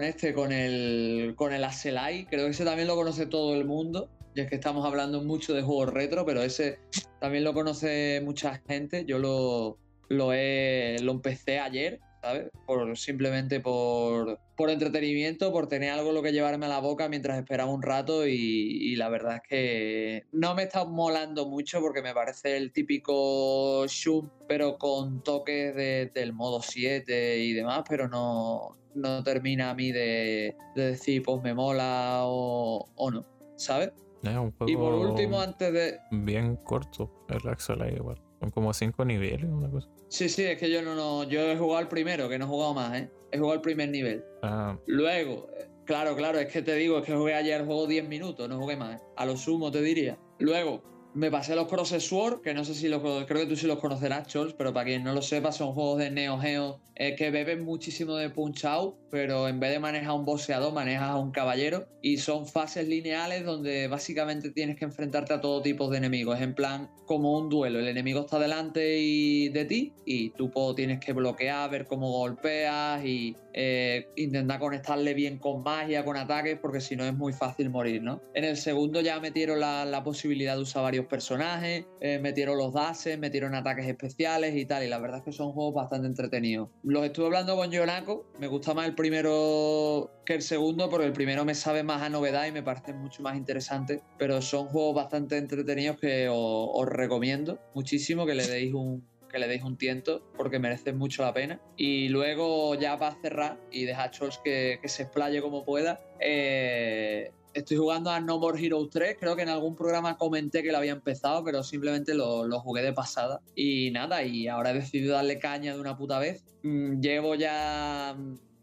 Aselai, creo que ese también lo conoce todo el mundo. Y es que estamos hablando mucho de juegos retro, pero ese también lo conoce mucha gente. Yo lo empecé ayer, ¿sabes? Simplemente por entretenimiento, por tener algo lo que llevarme a la boca mientras esperaba un rato y la verdad es que no me está molando mucho porque me parece el típico shoot, pero con toques del modo 7 y demás, pero no termina a mí de decir pues me mola o no, ¿sabes? Es un Y por juego último, antes de... bien corto, el Axelay igual. Son como 5 niveles, una cosa. Sí, es que yo he jugado el primero, que no he jugado más, ¿eh? He jugado el primer nivel. Ah, Luego, claro, es que te digo, es que jugué ayer el juego 10 minutos, no jugué más, ¿eh? A lo sumo te diría. Luego, me pasé los Cross Sword, que no sé si creo que tú sí los conocerás, Chols, pero para quien no lo sepa, son juegos de Neo Geo que beben muchísimo de Punch Out, pero en vez de manejar a un boxeador, manejas a un caballero y son fases lineales donde básicamente tienes que enfrentarte a todo tipo de enemigos. Es en plan como un duelo, el enemigo está delante de ti y tú tienes que bloquear, ver cómo golpeas y intentar conectarle bien con magia, con ataques, porque si no es muy fácil morir, ¿no? En el segundo ya metieron la posibilidad de usar varios personajes, metieron los dashes, metieron ataques especiales y tal, y la verdad es que son juegos bastante entretenidos. Los estuve hablando con Yonako, me gusta más el primero que el segundo, porque el primero me sabe más a novedad y me parece mucho más interesante, pero son juegos bastante entretenidos que os recomiendo muchísimo que le deis un tiento porque merece mucho la pena. Y luego ya para cerrar y dejar Chols que se explaye como pueda, estoy jugando a No More Heroes 3, creo que en algún programa comenté que lo había empezado, pero simplemente lo jugué de pasada. Y nada, y ahora he decidido darle caña de una puta vez. Llevo ya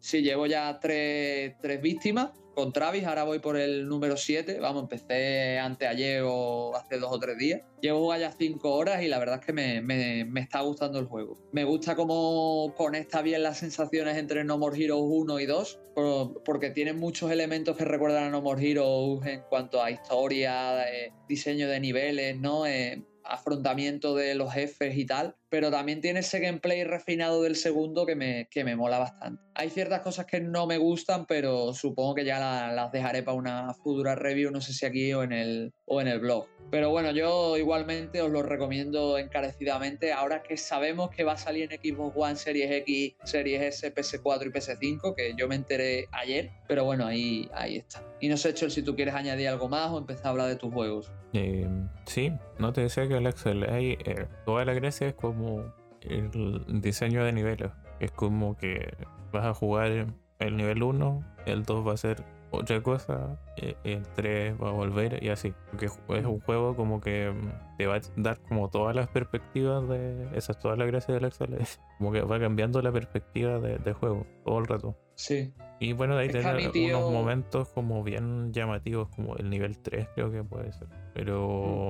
tres víctimas con Travis, ahora voy por el número 7, vamos, empecé anteayer o hace 2 o 3 días. Llevo jugando ya 5 horas y la verdad es que me está gustando el juego. Me gusta cómo conecta bien las sensaciones entre No More Heroes 1 y 2, porque tiene muchos elementos que recuerdan a No More Heroes en cuanto a historia, diseño de niveles, ¿no? Afrontamiento de los jefes y tal, pero también tiene ese gameplay refinado del segundo que me mola bastante. Hay ciertas cosas que no me gustan, pero supongo que ya las dejaré para una futura review, no sé si aquí o en el blog. Pero bueno, yo igualmente os lo recomiendo encarecidamente ahora que sabemos que va a salir en Xbox One, Series X, Series S, PS4 y PS5, que yo me enteré ayer, pero bueno, ahí está. Y no sé, Chol, si tú quieres añadir algo más o empezar a hablar de tus juegos. sí, no te decía que el Axelay, toda la gracia es como el diseño de niveles. Es como que vas a jugar el nivel 1, el 2 va a ser otra cosa, el 3 va a volver y así. Porque es un juego como que te va a dar como todas las perspectivas de... Esa es toda la gracia del Axelay. Como que va cambiando la perspectiva de juego todo el rato. Sí. Y bueno, de ahí Es que a mi tener tío... unos momentos como bien llamativos, como el nivel 3 creo que puede ser. Pero,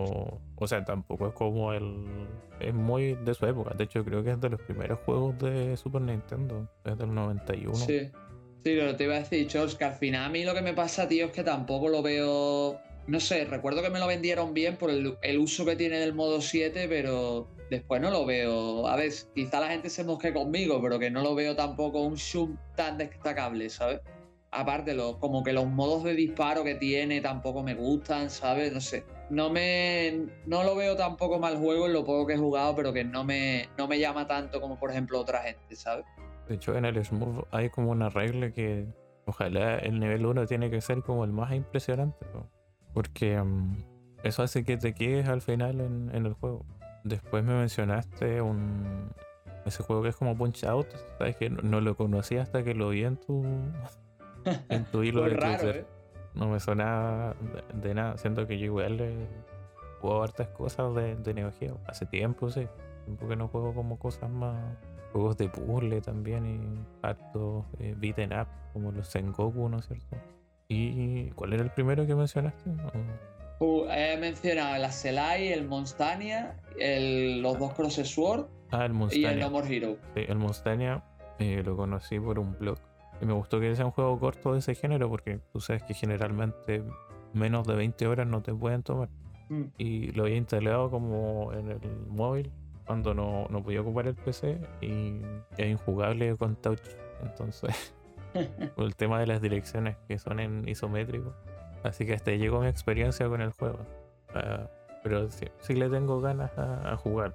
o sea, tampoco es como es muy de su época. De hecho, creo que es de los primeros juegos de Super Nintendo. Es del 91. Sí, pero te iba a decir, George, que al final a mí lo que me pasa, tío, es que tampoco lo veo... No sé, recuerdo que me lo vendieron bien por el uso que tiene del modo 7, pero después no lo veo... A ver, quizá la gente se mosque conmigo, pero que no lo veo tampoco un shoot tan destacable, ¿sabes? Aparte, como que los modos de disparo que tiene tampoco me gustan, ¿sabes? No sé. No lo veo tampoco mal juego en lo poco que he jugado, pero que no me llama tanto como, por ejemplo, otra gente, ¿sabes? De hecho, en el Smurf hay como una regla que ojalá el nivel 1 tiene que ser como el más impresionante, ¿no? Porque eso hace que te quedes al final en el juego. Después me mencionaste ese juego que es como Punch Out, sabes que no lo conocí hasta que lo vi en tu hilo Pues de raro, Twitter. No me sonaba de nada, siento que yo igual juego hartas cosas de Neo Geo. Hace tiempo, sí. Tiempo que no juego como cosas más. Juegos de puzzle también y hartos beaten up como los Sengoku, ¿no es cierto? ¿Y cuál era el primero que mencionaste? He mencionado el Aselai, el Monstania, los dos Cross Sword El y el Monstania. No More Hero. Sí, el Monstania lo conocí por un blog. Y me gustó que sea un juego corto de ese género porque tú sabes que generalmente menos de 20 horas no te pueden tomar. Y lo había instalado como en el móvil cuando no podía ocupar el PC y es injugable con touch. Entonces, por el tema de las direcciones que son en isométrico. Así que hasta ahí llegó mi experiencia con el juego. Pero sí le tengo ganas a jugarlo.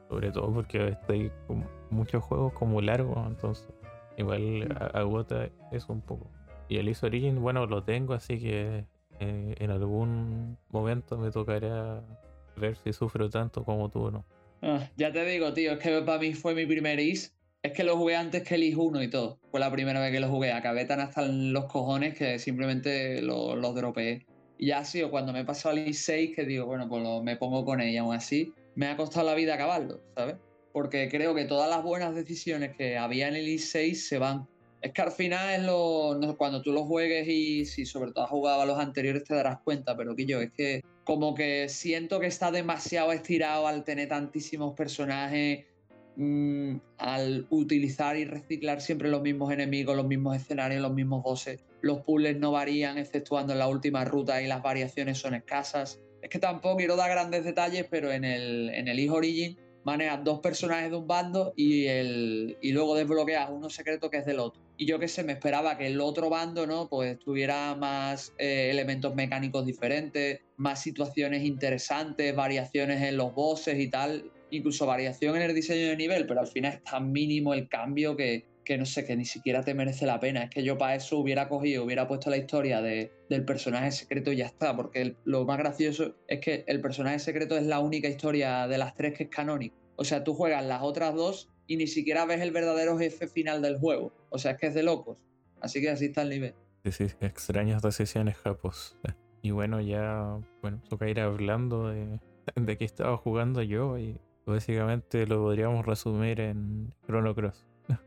Sobre todo porque estoy con muchos juegos como largos, entonces igual agota eso un poco. Y el Is Origin, bueno, lo tengo, así que en algún momento me tocará ver si sufro tanto como tú o no. Ya te digo, tío, es que para mí fue mi primer Is. Es que lo jugué antes que el Is 1 y todo. Fue la primera vez que lo jugué. Acabé tan hasta los cojones que simplemente los dropeé. Y ya ha sido cuando me he pasado al Is 6 que digo, bueno, pues me pongo con ella. Aún así, me ha costado la vida acabarlo, ¿sabes? Porque creo que todas las buenas decisiones que había en el Is 6 se van. Es que al final es cuando tú lo juegues y si sobre todo has jugado a los anteriores te darás cuenta, pero que yo, es que como que siento que está demasiado estirado al tener tantísimos personajes, al utilizar y reciclar siempre los mismos enemigos, los mismos escenarios, los mismos bosses. Los puzzles no varían, exceptuando en la última ruta y las variaciones son escasas. Es que tampoco quiero dar grandes detalles, pero en el Is Origin manejas dos personajes de un bando y luego desbloqueas uno secreto que es del otro. Y yo qué sé, me esperaba que el otro bando, ¿no? Pues tuviera más elementos mecánicos diferentes, más situaciones interesantes, variaciones en los bosses y tal, incluso variación en el diseño de nivel, pero al final es tan mínimo el cambio que no sé, que ni siquiera te merece la pena. Es que yo para eso hubiera puesto la historia del personaje secreto y ya está, porque lo más gracioso es que el personaje secreto es la única historia de las tres que es canónica. O sea, tú juegas las otras dos y ni siquiera ves el verdadero jefe final del juego. O sea, es que es de locos. Así que así está el nivel. Sí, sí, extrañas decisiones, Japos. Y bueno, ya, bueno, toca ir hablando de qué estaba jugando yo y básicamente lo podríamos resumir en Chrono Cross.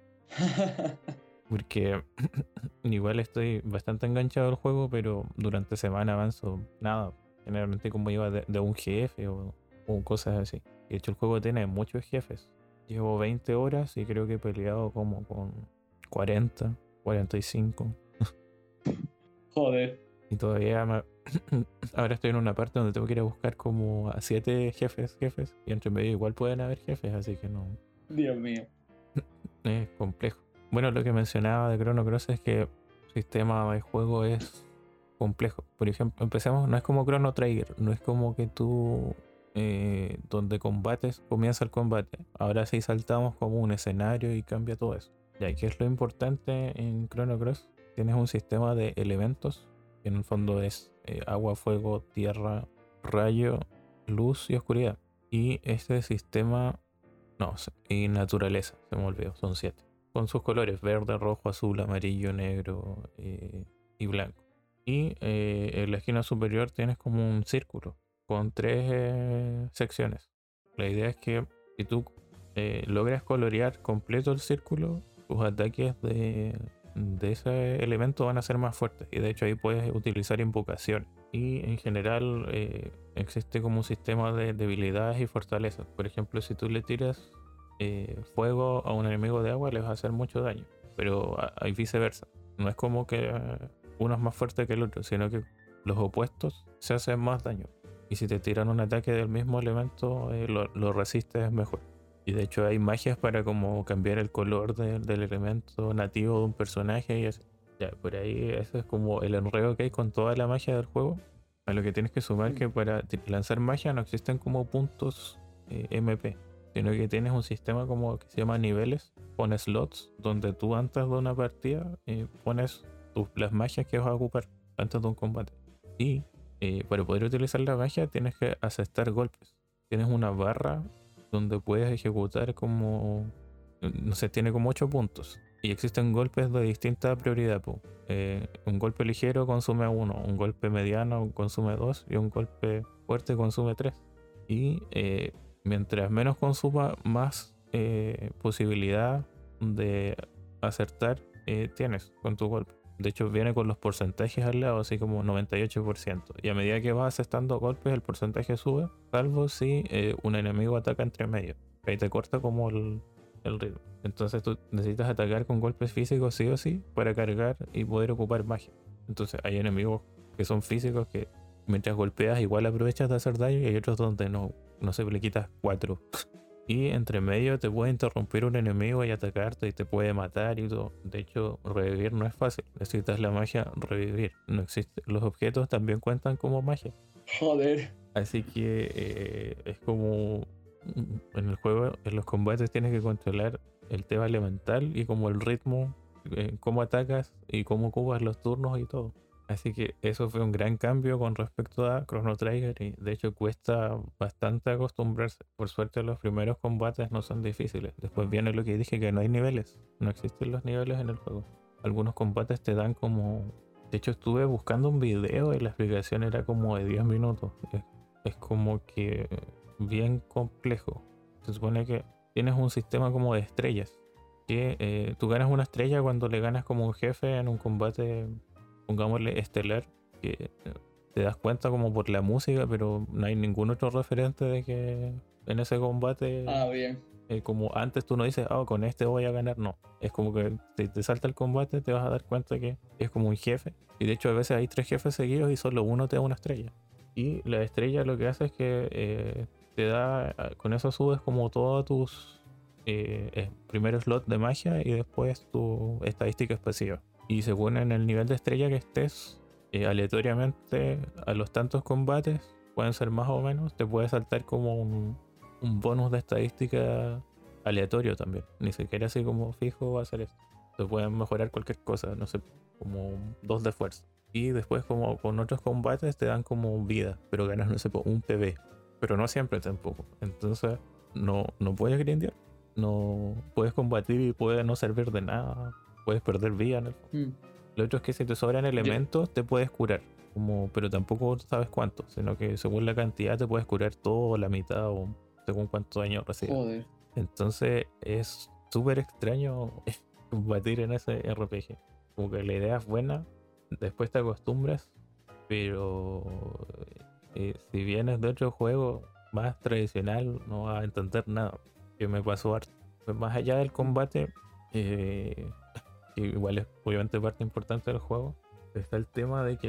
Porque igual estoy bastante enganchado al juego, pero durante semana avanzo nada. Generalmente como iba de un jefe o cosas así. De hecho el juego tiene muchos jefes. Llevo 20 horas y creo que he peleado como con 40, 45. Joder. Y todavía ahora estoy en una parte donde tengo que ir a buscar como a 7 jefes. Y entre medio igual pueden haber jefes, así que no. Dios mío. Es complejo. Bueno, lo que mencionaba de Chrono Cross es que el sistema de juego es complejo. Por ejemplo, empecemos, no es como Chrono Trigger, no es como que tú donde combates, comienza el combate. Ahora sí saltamos como un escenario y cambia todo eso. Ya, ¿qué es lo importante en Chrono Cross? Tienes un sistema de elementos, que en el fondo es agua, fuego, tierra, rayo, luz y oscuridad. Y este sistema, no, y naturaleza, se me olvidó, son 7 con sus colores: verde, rojo, azul, amarillo, negro y blanco. Y en la esquina superior tienes como un círculo con 3 secciones. La idea es que si tú logras colorear completo el círculo, tus ataques de ese elemento van a ser más fuertes. Y de hecho ahí puedes utilizar invocaciones. Y en general existe como un sistema de debilidades y fortalezas. Por ejemplo, si tú le tiras fuego a un enemigo de agua, le vas a hacer mucho daño, pero hay viceversa. No es como que uno es más fuerte que el otro, sino que los opuestos se hacen más daño, y si te tiran un ataque del mismo elemento lo resistes mejor. Y de hecho hay magias para como cambiar el color del elemento nativo de un personaje y así. Ya, por ahí eso es como el enredo que hay con toda la magia del juego. A lo que tienes que sumar que para lanzar magia no existen como puntos MP, sino que tienes un sistema como que se llama niveles, pones slots, donde tú antes de una partida pones las magias que vas a ocupar antes de un combate. Y para poder utilizar la magia tienes que asestar golpes. Tienes una barra donde puedes ejecutar como, no sé, tiene como 8 puntos. Y existen golpes de distinta prioridad. Un golpe ligero consume 1, un golpe mediano consume 2 y un golpe fuerte consume 3. Y mientras menos consuma, más posibilidad de acertar tienes con tu golpe. De hecho, viene con los porcentajes al lado, así como 98%. Y a medida que vas asestando golpes, el porcentaje sube, salvo si un enemigo ataca entre medio. Ahí te corta como el ritmo. Entonces tú necesitas atacar con golpes físicos sí o sí para cargar y poder ocupar magia. Entonces hay enemigos que son físicos que mientras golpeas igual aprovechas de hacer daño, y hay otros donde no sé, le quitas 4. Y entre medio te puede interrumpir un enemigo y atacarte y te puede matar y todo. De hecho, revivir no es fácil. Necesitas la magia revivir. No existe. Los objetos también cuentan como magia. Joder. Así que es como en el juego, en los combates tienes que controlar el tema elemental y como el ritmo, cómo atacas y cómo ocupas los turnos y todo. Así que eso fue un gran cambio con respecto a Chrono Trigger y de hecho cuesta bastante acostumbrarse. Por suerte los primeros combates no son difíciles. Después viene lo que dije, que no hay niveles. No existen los niveles en el juego. Algunos combates te dan como... De hecho estuve buscando un video y la explicación era como de 10 minutos. Es como que bien complejo. Se supone que tienes un sistema como de estrellas. Que tú ganas una estrella cuando le ganas como un jefe en un combate, pongámosle estelar, que te das cuenta como por la música, pero no hay ningún otro referente de que en ese combate, Ah, bien. como antes tú no dices, oh, con este voy a ganar, no. Es como que si te salta el combate te vas a dar cuenta que es como un jefe. Y de hecho a veces hay 3 jefes seguidos y solo uno te da una estrella. Y la estrella lo que hace es que te da, con eso subes como todos tus primer slot de magia y después tu estadística específica. Y según en el nivel de estrella que estés, aleatoriamente a los tantos combates, pueden ser más o menos, te puede saltar como un bonus de estadística aleatorio también. Ni siquiera así como fijo va a ser eso. Te pueden mejorar cualquier cosa, no sé, como 2 de fuerza. Y después como con otros combates te dan como vida, pero ganas, no sé, un PB. Pero no siempre tampoco. Entonces no puedes grindear. No puedes combatir y puede no servir de nada. Puedes perder vida en el fondo. Mm. Lo otro es que si te sobran Yo- elementos te puedes curar. Como, pero tampoco sabes cuánto, sino que según la cantidad te puedes curar todo o la mitad o según cuánto daño recibas. Joder. Entonces es súper extraño combatir en ese RPG. Como que la idea es buena, después te acostumbras, pero si vienes de otro juego más tradicional no vas a entender nada. Que me pasó harto. Pues más allá del Mm. combate, que igual es obviamente parte importante del juego, está el tema de que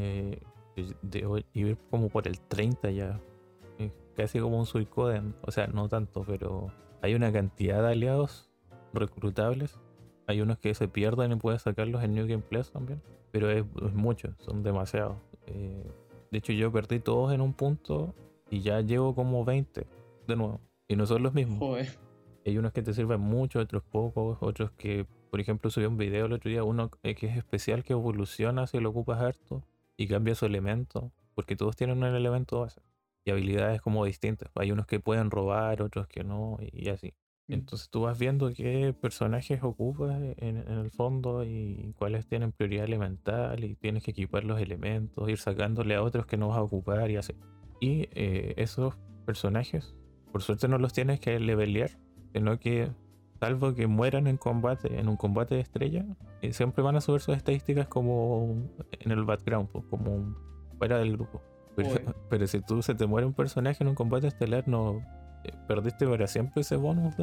ir como por el 30 ya, casi como un Suicoden, o sea, no tanto, pero hay una cantidad de aliados reclutables. Hay unos que se pierden y puedes sacarlos en New Game Plus también, pero es mucho, son demasiados. Eh, de hecho, yo perdí todos en un punto y ya llevo como 20 de nuevo, y no son los mismos. Joder. Hay unos que te sirven mucho, otros pocos, otros que, por ejemplo, subí un video el otro día, uno que es especial que evoluciona si lo ocupas harto y cambia su elemento, porque todos tienen un elemento base y habilidades como distintas. Hay unos que pueden robar, otros que no, y así. Mm. Entonces tú vas viendo qué personajes ocupas en el fondo y cuáles tienen prioridad elemental y tienes que equipar los elementos, ir sacándole a otros que no vas a ocupar y así. Y esos personajes, por suerte no los tienes que levelear, sino que salvo que mueran en combate, en un combate de estrella, siempre van a subir sus estadísticas como en el background, pues, como fuera del grupo. Pero, Joder. pero si tú se te muere un personaje en un combate estelar, no perdiste para siempre ese bonus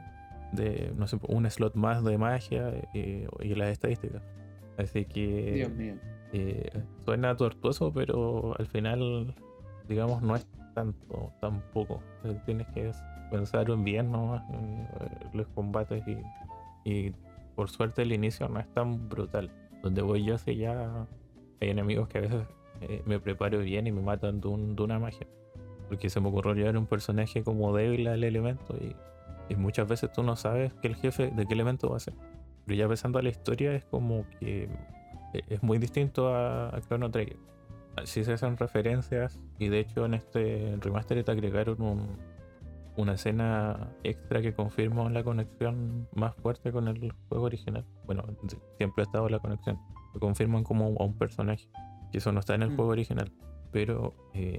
de no sé, un slot más de magia y las estadísticas. Así Dios que mío. suena tortuoso, pero al final, digamos, no es tanto tampoco. Tienes que pensar bien nomás los combates y por suerte el inicio no es tan brutal. Donde voy yo, sí, ya hay enemigos que a veces me preparo bien y me matan de una magia. Porque se me ocurrió llevar un personaje como débil al elemento y muchas veces tú no sabes que el jefe de qué elemento va a ser. Pero ya pensando a la historia es como que es muy distinto a Chrono Trigger. Sí se hacen referencias y de hecho en este remaster te agregaron una escena extra que confirma la conexión más fuerte con el juego original. Bueno, siempre ha estado la conexión. Lo confirman como a un personaje. Que eso no está en el Mm. juego original. Pero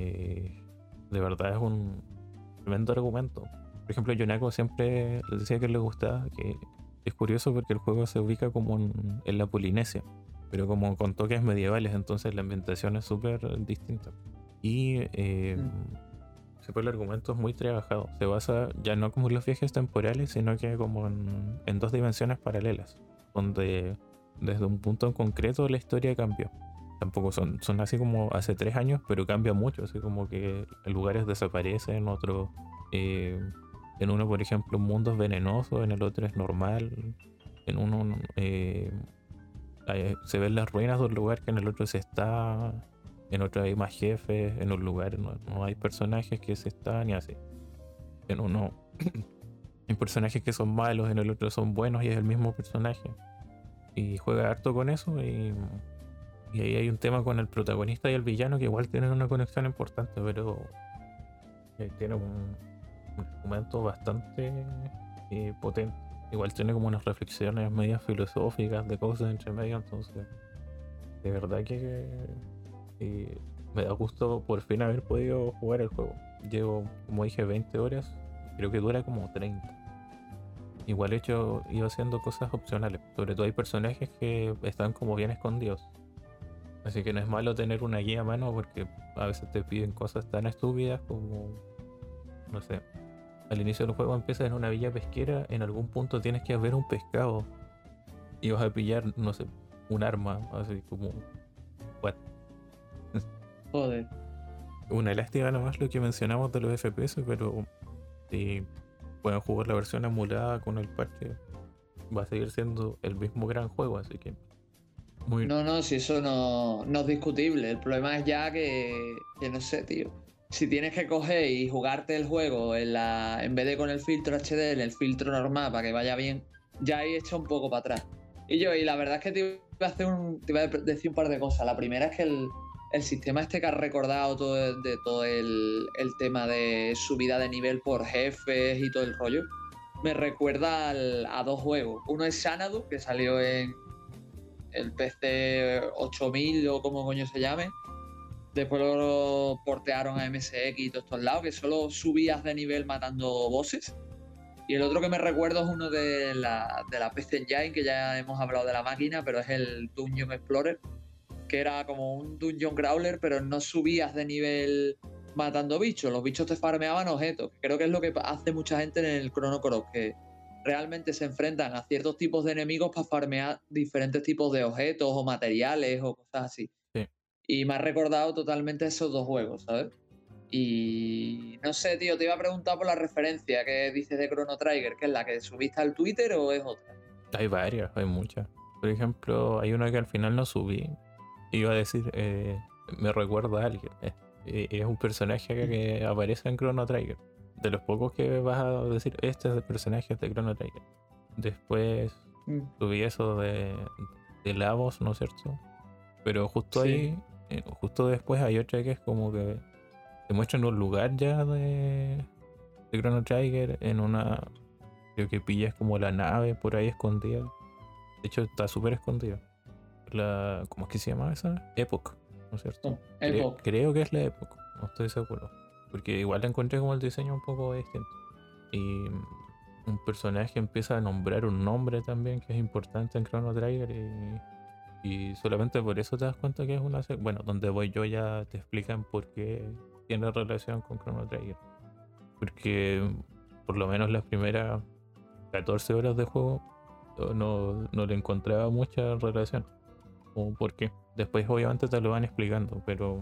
de verdad es un tremendo argumento. Por ejemplo, Yonako siempre les decía que le gustaba, que es curioso porque el juego se ubica como en la Polinesia, pero como con toques medievales, entonces la ambientación es súper distinta. Y Mm. el argumento es muy trabajado. Se basa ya no como en los viajes temporales, sino que como en 2 dimensiones paralelas, donde desde un punto en concreto la historia cambió. Tampoco son así como hace 3 años, pero cambia mucho, así como que lugares desaparecen, otros, eh, en uno por ejemplo un mundo es venenoso, en el otro es normal, en uno se ven las ruinas de un lugar que en el otro se está, en otro hay más jefes, en un lugar no hay personajes que se están y así. En uno hay personajes que son malos, en el otro son buenos y es el mismo personaje. Y juega harto con eso y ahí hay un tema con el protagonista y el villano que igual tienen una conexión importante, pero tiene un argumento bastante potente. Igual tiene como unas reflexiones medias filosóficas de cosas entre medio, entonces de verdad que me da gusto por fin haber podido jugar el juego. Llevo, como dije, 20 horas, creo que dura como 30. Igual he hecho, iba haciendo cosas opcionales, sobre todo hay personajes que están como bien escondidos. Así que no es malo tener una guía a mano porque a veces te piden cosas tan estúpidas como, no sé, al inicio del juego empiezas en una villa pesquera, en algún punto tienes que ver un pescado y vas a pillar, no sé, un arma, así como, what? Joder. Una lástima nomás lo que mencionamos de los FPS, pero si pueden jugar la versión emulada con el parche, va a seguir siendo el mismo gran juego, así que muy... No, no, si eso no es discutible. El problema es ya que no sé, tío. Si tienes que coger y jugarte el juego en vez de con el filtro HD, en el filtro normal para que vaya bien, ya ahí echa un poco para atrás. Y la verdad es que te iba a decir un par de cosas. La primera es que el sistema este que has recordado de todo el tema de subida de nivel por jefes y todo el rollo, me recuerda a dos juegos. Uno es Xanadu, que salió en el PC 8000 o como coño se llame. Después lo portearon a MSX y todos estos lados, que solo subías de nivel matando bosses. Y el otro que me recuerdo es uno de la PC Engine, que ya hemos hablado de la máquina, pero es el Dungeon Explorer, que era como un Dungeon Crawler, pero no subías de nivel matando bichos. Los bichos te farmeaban objetos, que creo que es lo que hace mucha gente en el Chrono Cross, que realmente se enfrentan a ciertos tipos de enemigos para farmear diferentes tipos de objetos o materiales o cosas así. Sí. Y me ha recordado totalmente esos dos juegos, ¿sabes? Y no sé, tío, te iba a preguntar por la referencia que dices de Chrono Trigger, que es la que subiste al Twitter o es otra. Hay varias, hay muchas. Por ejemplo, hay una que al final no subí. Iba a decir, me recuerda a alguien. Es un personaje que aparece en Chrono Trigger. De los pocos que vas a decir, este es el personaje de Chrono Trigger. Después subí eso de Lavos, ¿no es cierto? Pero justo Sí. ahí, justo después hay otra que es como que te muestran un lugar ya de Chrono Trigger en una... Creo que pillas como la nave por ahí escondida. De hecho, está súper escondida. ¿Cómo es que se llama esa? Epoch, ¿no es cierto? Epoch. Creo que es la Epoch, no estoy seguro. Porque igual la encontré como el diseño un poco distinto. Y un personaje empieza a nombrar un nombre también que es importante en Chrono Trigger y solamente por eso te das cuenta que es una serie. Bueno, donde voy yo ya te explican por qué tiene relación con Chrono Trigger. Porque por lo menos las primeras 14 horas de juego no le encontraba mucha relación. O por qué. Después obviamente te lo van explicando, pero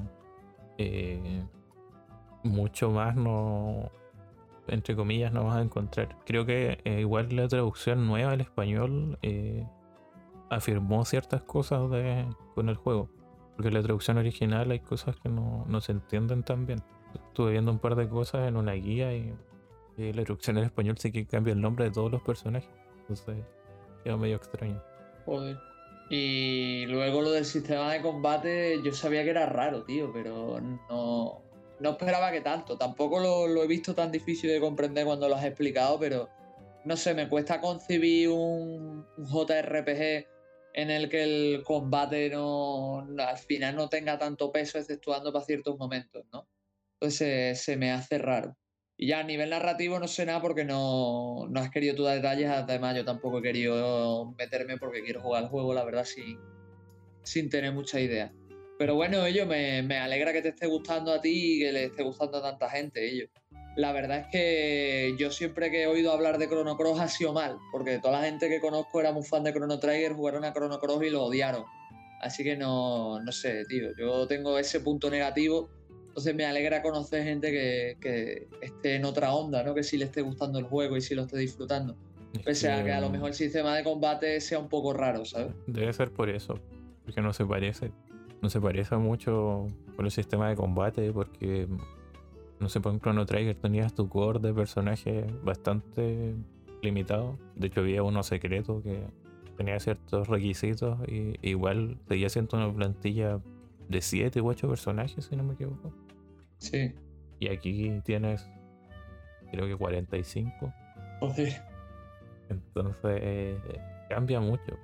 mucho más no, entre comillas, no vas a encontrar. Creo que igual la traducción nueva al español afirmó ciertas cosas con el juego. Porque en la traducción original hay cosas que no se entienden tan bien. Estuve viendo un par de cosas en una guía y la traducción en español sí que cambia el nombre de todos los personajes. Entonces queda medio extraño. Joder. Y luego lo del sistema de combate, yo sabía que era raro, tío, pero no esperaba que tanto. Tampoco lo he visto tan difícil de comprender cuando lo has explicado, pero no sé, me cuesta concebir un JRPG en el que el combate al final no tenga tanto peso, exceptuando para ciertos momentos, ¿no? Entonces se me hace raro. Y ya a nivel narrativo no sé nada porque no has querido tú dar detalles, además yo tampoco he querido meterme porque quiero jugar el juego, la verdad, sin tener mucha idea. Pero bueno, me alegra que te esté gustando a ti y que le esté gustando a tanta gente, ello. La verdad es que yo siempre que he oído hablar de Chrono Cross ha sido mal, porque toda la gente que conozco era muy fan de Chrono Trigger, jugaron a Chrono Cross y lo odiaron. Así que no sé, tío, yo tengo ese punto negativo. Entonces me alegra conocer gente que esté en otra onda, ¿no? Que sí le esté gustando el juego y sí lo esté disfrutando. Es Pese a que a lo mejor el sistema de combate sea un poco raro, ¿sabes? debe ser por eso, porque no se parece mucho con el sistema de combate, porque No sé, por Chrono Trigger tenías tu core de personaje bastante limitado. De hecho, había uno secreto que tenía ciertos requisitos y igual seguía siendo una plantilla de 7 u 8 personajes, si no me equivoco. Sí. Y aquí tienes, creo que 45. Joder. Entonces, cambia mucho.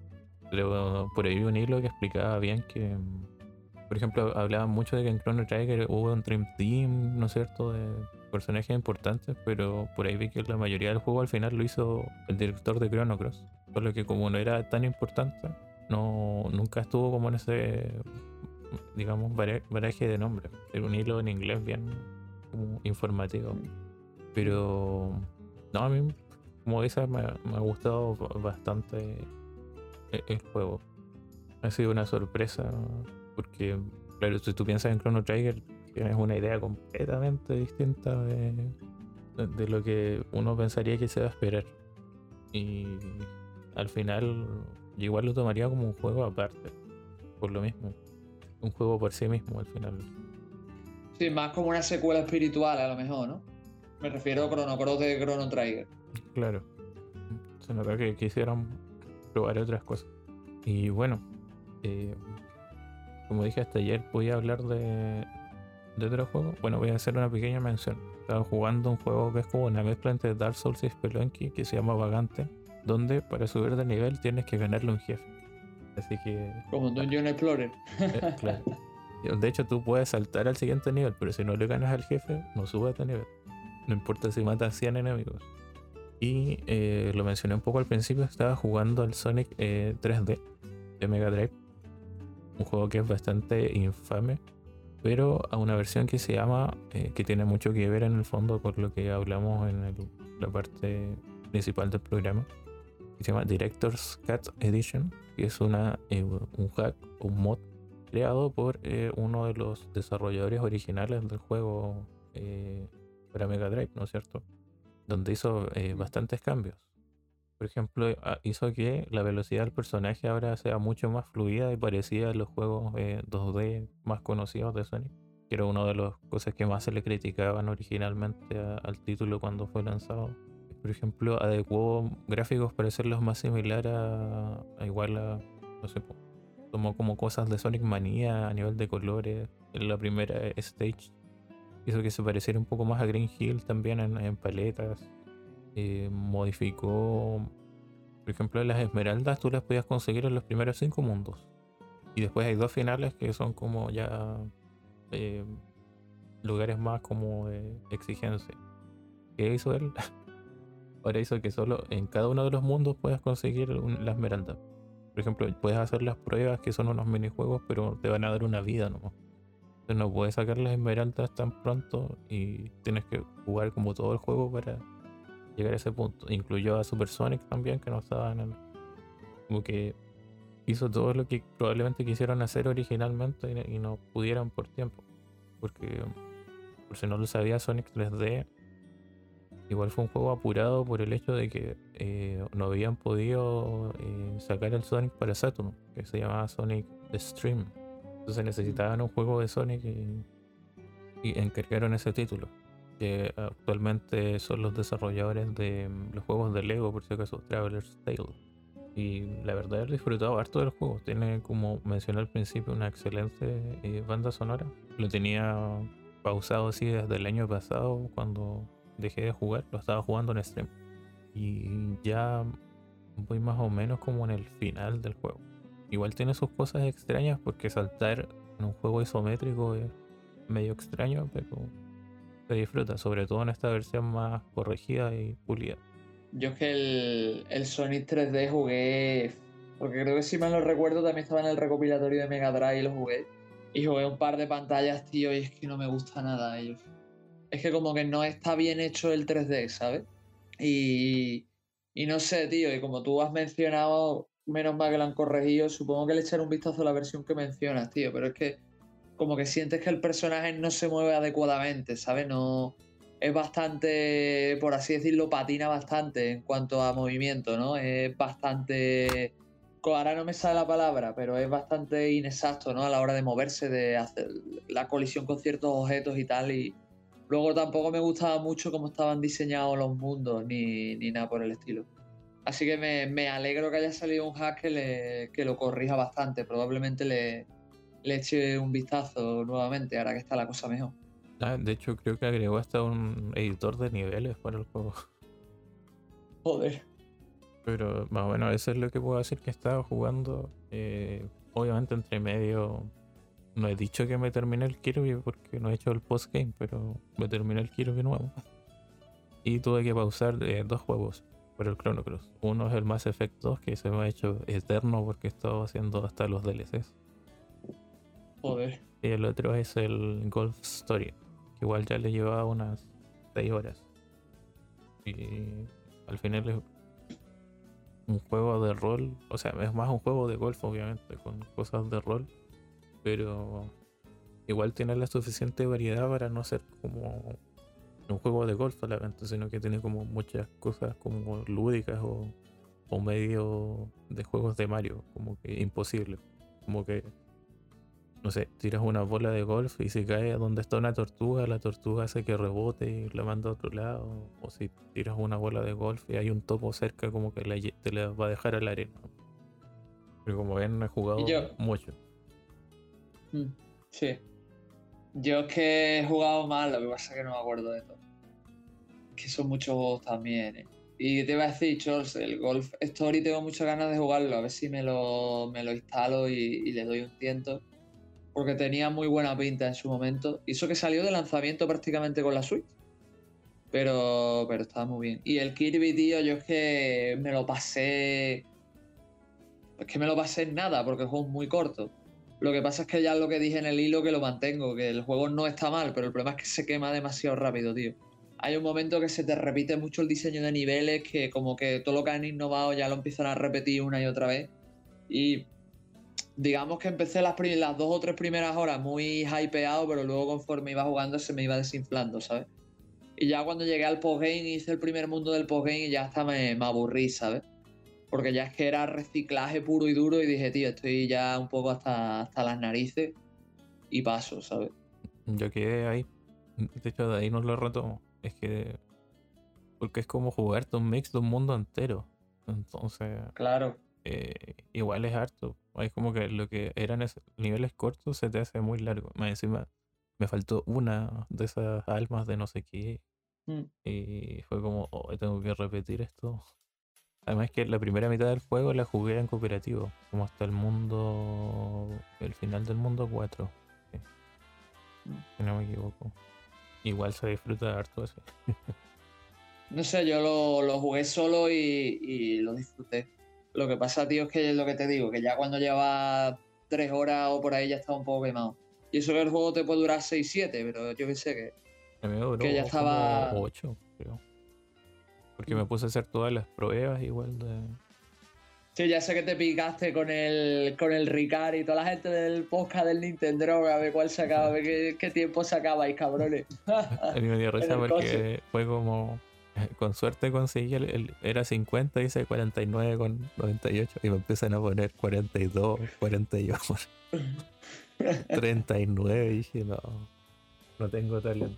Pero por ahí vi un hilo que explicaba bien que, por ejemplo, hablaban mucho de que en Chrono Trigger hubo un Dream Team, ¿no es cierto?, de personajes importantes, pero por ahí vi que la mayoría del juego al final lo hizo el director de Chrono Cross. Solo que como no era tan importante, nunca estuvo como en ese, digamos, baraje de nombres. Era un hilo en inglés bien como informativo. Pero no, a mí, como dices, me ha gustado bastante el juego. Ha sido una sorpresa porque, claro, si tú piensas en Chrono Trigger, tienes una idea completamente distinta de lo que uno pensaría que se va a esperar. Y al final, yo igual lo tomaría como un juego aparte, por lo mismo. Un juego por sí mismo al final. Sí, más como una secuela espiritual a lo mejor, ¿no? Me refiero a Chrono Cross de Chrono Trigger. Claro, se nota que quisieron probar otras cosas. Y bueno, eh, como dije hasta ayer, voy a hablar de otro juego. Bueno, voy a hacer una pequeña mención. Estaba jugando un juego que es como una mezcla entre Dark Souls y Spelunky que se llama Vagante, donde para subir de nivel tienes que ganarle a un jefe. Así que, Como Dungeon Explorer. claro. De hecho, tú puedes saltar al siguiente nivel, pero si no le ganas al jefe, no subes de nivel. No importa si matas 100 enemigos. Y lo mencioné un poco al principio, estaba jugando al Sonic 3D de Mega Drive. Un juego que es bastante infame, pero a una versión que se llama, que tiene mucho que ver en el fondo con lo que hablamos en la parte principal del programa, que se llama Director's Cut Edition, que es un hack, un mod creado por uno de los desarrolladores originales del juego para Mega Drive, ¿no es cierto? Donde hizo bastantes cambios. Por ejemplo, hizo que la velocidad del personaje ahora sea mucho más fluida y parecida a los juegos 2D más conocidos de Sonic, que era una de las cosas que más se le criticaban originalmente al título cuando fue lanzado. Por ejemplo, adecuó gráficos para hacerlos más similar a igual a, no sé, tomó como cosas de Sonic Mania a nivel de colores en la primera stage. Hizo que se pareciera un poco más a Green Hill también en paletas. Modificó, por ejemplo, las esmeraldas tú las podías conseguir en los primeros 5 mundos. Y después hay 2 finales que son como ya eh, lugares más como de exigencia. ¿Qué hizo él? Ahora hizo que solo en cada uno de los mundos puedas conseguir la esmeralda. Por ejemplo, puedes hacer las pruebas que son unos minijuegos, pero te van a dar una vida nomás. Entonces no puedes sacar las esmeraldas tan pronto y tienes que jugar como todo el juego para llegar a ese punto. Incluyó a Super Sonic también, que no estaba en el. Como que hizo todo lo que probablemente quisieron hacer originalmente y no pudieron por tiempo. Porque, por si no lo sabía, Sonic 3D igual fue un juego apurado por el hecho de que no habían podido sacar el Sonic para Saturn, que se llamaba Sonic The Stream. Entonces necesitaban un juego de Sonic y encargaron ese título, que actualmente son los desarrolladores de los juegos de Lego, por si acaso, Traveler's Tale. Y la verdad he disfrutado harto del juego. Tiene, como mencioné al principio, una excelente banda sonora. Lo tenía pausado así desde el año pasado cuando dejé de jugar. Lo estaba jugando en stream. Y ya voy más o menos como en el final del juego. Igual tiene sus cosas extrañas porque saltar en un juego isométrico es medio extraño, pero se disfruta, sobre todo en esta versión más corregida y pulida. Yo es que el Sonic 3D jugué, porque creo que si mal no recuerdo también estaba en el recopilatorio de Mega Drive y lo jugué. Y jugué un par de pantallas, tío, y es que no me gusta nada ellos. Es que como que no está bien hecho el 3D, ¿sabes? Y, y no sé, tío, y como tú has mencionado, menos mal que lo han corregido, supongo que le echaré un vistazo a la versión que mencionas, tío, pero es que como que sientes que el personaje no se mueve adecuadamente, ¿sabes? No es bastante, por así decirlo, patina bastante en cuanto a movimiento, ¿no? Es bastante, ahora no me sale la palabra, pero es bastante inexacto, ¿no? A la hora de moverse, de hacer la colisión con ciertos objetos y tal, y Luego tampoco me gustaba mucho cómo estaban diseñados los mundos ni nada por el estilo. Así que me alegro que haya salido un hack que lo corrija bastante. Probablemente le eche un vistazo nuevamente, ahora que está la cosa mejor. De hecho, creo que agregó hasta un editor de niveles para el juego. Joder. Pero más o menos eso es lo que puedo decir que estaba jugando. Obviamente entre medio no he dicho que me terminé el Kirby porque no he hecho el postgame, pero me terminé el Kirby nuevo. Y tuve que pausar 2 juegos por el Chrono Cross. Uno es el Mass Effect 2 que se me ha hecho eterno porque he estado haciendo hasta los DLCs. Joder. Y el otro es el Golf Story, que igual ya le llevaba unas 6 horas. Y al final es un juego de rol, o sea, es más un juego de golf obviamente, con cosas de rol, pero igual tiene la suficiente variedad para no ser como un juego de golf solamente, sino que tiene como muchas cosas como lúdicas o medio de juegos de Mario, como que imposible, como que no sé, tiras una bola de golf y si cae a donde está una tortuga, la tortuga hace que rebote y la manda a otro lado. O si tiras una bola de golf y hay un topo cerca, como que te la va a dejar a la arena. Pero como ven, he Y jugado yo. mucho. Sí. Yo es que he jugado mal, lo que pasa es que no me acuerdo de todo. Que son muchos juegos también, ¿eh? Y te iba a decir, Chols, el Golf Story tengo muchas ganas de jugarlo, a ver si me lo instalo y le doy un tiento. Porque tenía muy buena pinta en su momento. Y eso que salió de lanzamiento prácticamente con la Switch. Pero estaba muy bien. Y el Kirby, tío, yo es que me lo pasé. Es que me lo pasé en nada, porque el juego es muy corto. Lo que pasa es que ya lo que dije en el hilo que lo mantengo, que el juego no está mal, pero el problema es que se quema demasiado rápido, tío. Hay un momento que se te repite mucho el diseño de niveles, que como que todo lo que han innovado ya lo empiezan a repetir una y otra vez. Y digamos que empecé las 2 o 3 primeras horas muy hypeado, pero luego conforme iba jugando se me iba desinflando, ¿sabes? Y ya cuando llegué al postgame hice el primer mundo del postgame y ya hasta me aburrí, ¿sabes? Porque ya es que era reciclaje puro y duro y dije, tío, estoy ya un poco hasta las narices y paso, ¿sabes? Yo quedé ahí. De hecho, de ahí no lo retomo. Es que. Porque es como jugarte un mix de un mundo entero. Entonces, Claro. igual es harto. Es como que lo que eran niveles cortos se te hace muy largo. Más encima, me faltó una de esas almas de no sé qué. Mm. Y fue como, oh, tengo que repetir esto. Además que la primera mitad del juego la jugué en cooperativo, como hasta el final del mundo 4, sí, si no me equivoco. Igual se disfruta harto ese. No sé, yo lo jugué solo y lo disfruté. Lo que pasa, tío, es que es lo que te digo, que ya cuando lleva 3 horas o por ahí ya estaba un poco quemado. Y eso que el juego te puede durar 6 7, pero yo pensé A mí me que ya duró como estaba. 8, creo. Porque me puse a hacer todas las pruebas igual de... Sí, ya sé que te picaste con el Ricard y toda la gente del podcast del Nintendo, a ver cuál sacaba, a ver qué tiempo sacabais, cabrones. A mí me dio En risa el coche. porque fue como... Con suerte conseguí era 50, hice 49,98 y me empiezan a poner 42, 41, 39 y dije no, no tengo talento.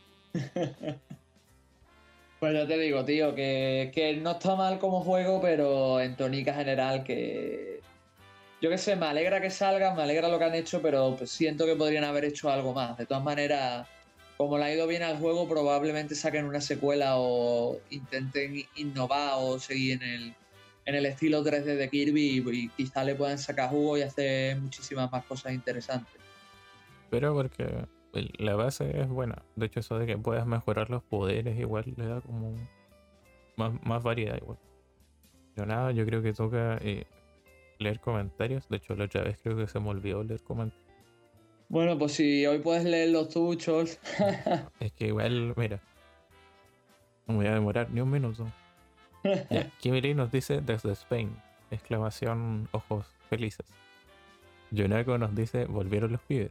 Pues ya te digo, tío, que no está mal como juego, pero en tónica general que. Yo qué sé, me alegra que salgan, me alegra lo que han hecho, pero pues siento que podrían haber hecho algo más. De todas maneras, como le ha ido bien al juego, probablemente saquen una secuela o intenten innovar o seguir en el estilo 3D de Kirby y quizá le puedan sacar jugo y hacer muchísimas más cosas interesantes. Pero porque la base es buena. De hecho, eso de que puedas mejorar los poderes igual le da como más variedad igual. Pero nada, yo creo que toca leer comentarios. De hecho, la otra vez creo que se me olvidó leer comentarios. Bueno, pues si hoy puedes leerlos tú, Chols. Es que igual, mira, no me voy a demorar ni un minuto. Ya, Kimiri nos dice desde Spain, exclamación ojos felices. Yonako nos dice volvieron los pibes.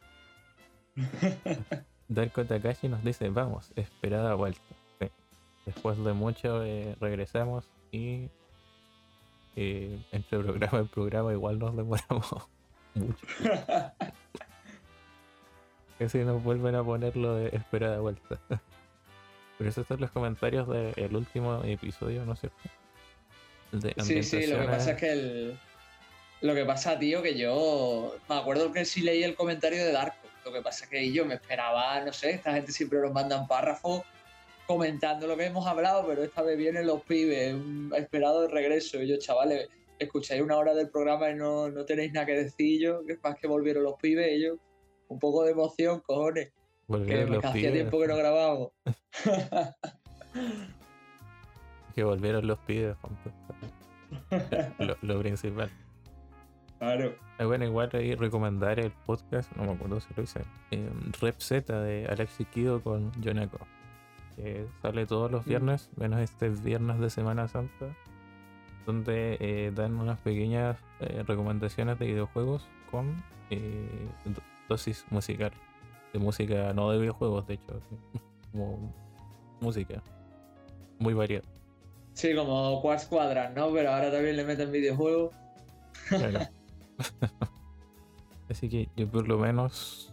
Darko Takashi nos dice vamos, esperada vuelta. Sí. Después de mucho regresamos y entre programa y programa igual nos demoramos mucho. Que si nos vuelven a ponerlo de espera de vuelta. Pero esos son los comentarios del último episodio, ¿no es cierto? El de Sí, sí, lo que pasa es ambientaciones. que lo que pasa, tío, que yo me acuerdo que sí leí el comentario de Darko. Lo que pasa es que yo me esperaba, no sé, esta gente siempre nos mandan párrafos comentando lo que hemos hablado, pero esta vez vienen los pibes, un esperado de regreso. Y yo, chavales, escucháis una hora del programa y no tenéis nada que decir yo, que es más que volvieron los pibes, ellos, un poco de emoción, cojones, Volvieron los que hacía pibes. tiempo que no grabábamos. Que volvieron los pibes, Juanpa. Lo principal. Claro. Bueno, igual ahí recomendar el podcast, no me acuerdo si lo hice. Rep Z de Alexis Kido con Yonako. Que sale todos los viernes, menos este viernes de Semana Santa, donde dan unas pequeñas recomendaciones de videojuegos con dosis musical. De música, no de videojuegos, de hecho, como música muy variada. Sí, como Quartz Quadrant, ¿no? Pero ahora también le meten videojuegos. Claro. Así que yo por lo menos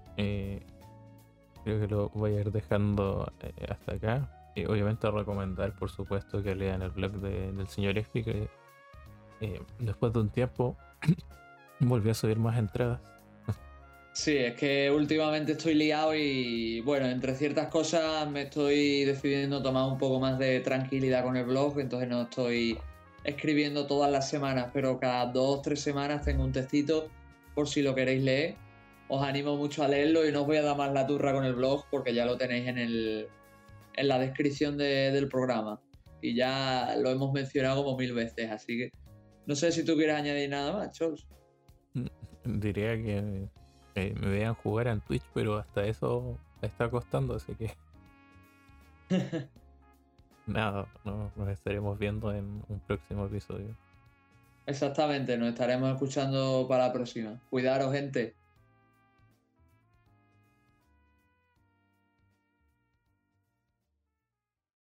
creo que lo voy a ir dejando hasta acá. Y obviamente recomendar, por supuesto, que lean el blog del señor Espi, que después de un tiempo volvió a subir más entradas. Sí, es que últimamente estoy liado y bueno, entre ciertas cosas me estoy decidiendo tomar un poco más de tranquilidad con el blog, entonces no estoy escribiendo todas las semanas, pero cada 2 o 3 semanas tengo un textito por si lo queréis leer. Os animo mucho a leerlo y no os voy a dar más la turra con el blog porque ya lo tenéis en la descripción del programa y ya lo hemos mencionado como 1000 veces, así que no sé si tú quieres añadir nada más, Chols. Diría que me vean jugar en Twitch, pero hasta eso está costando, así que nada, nos estaremos viendo en un próximo episodio. Exactamente, nos estaremos escuchando para la próxima. Cuidaros, gente.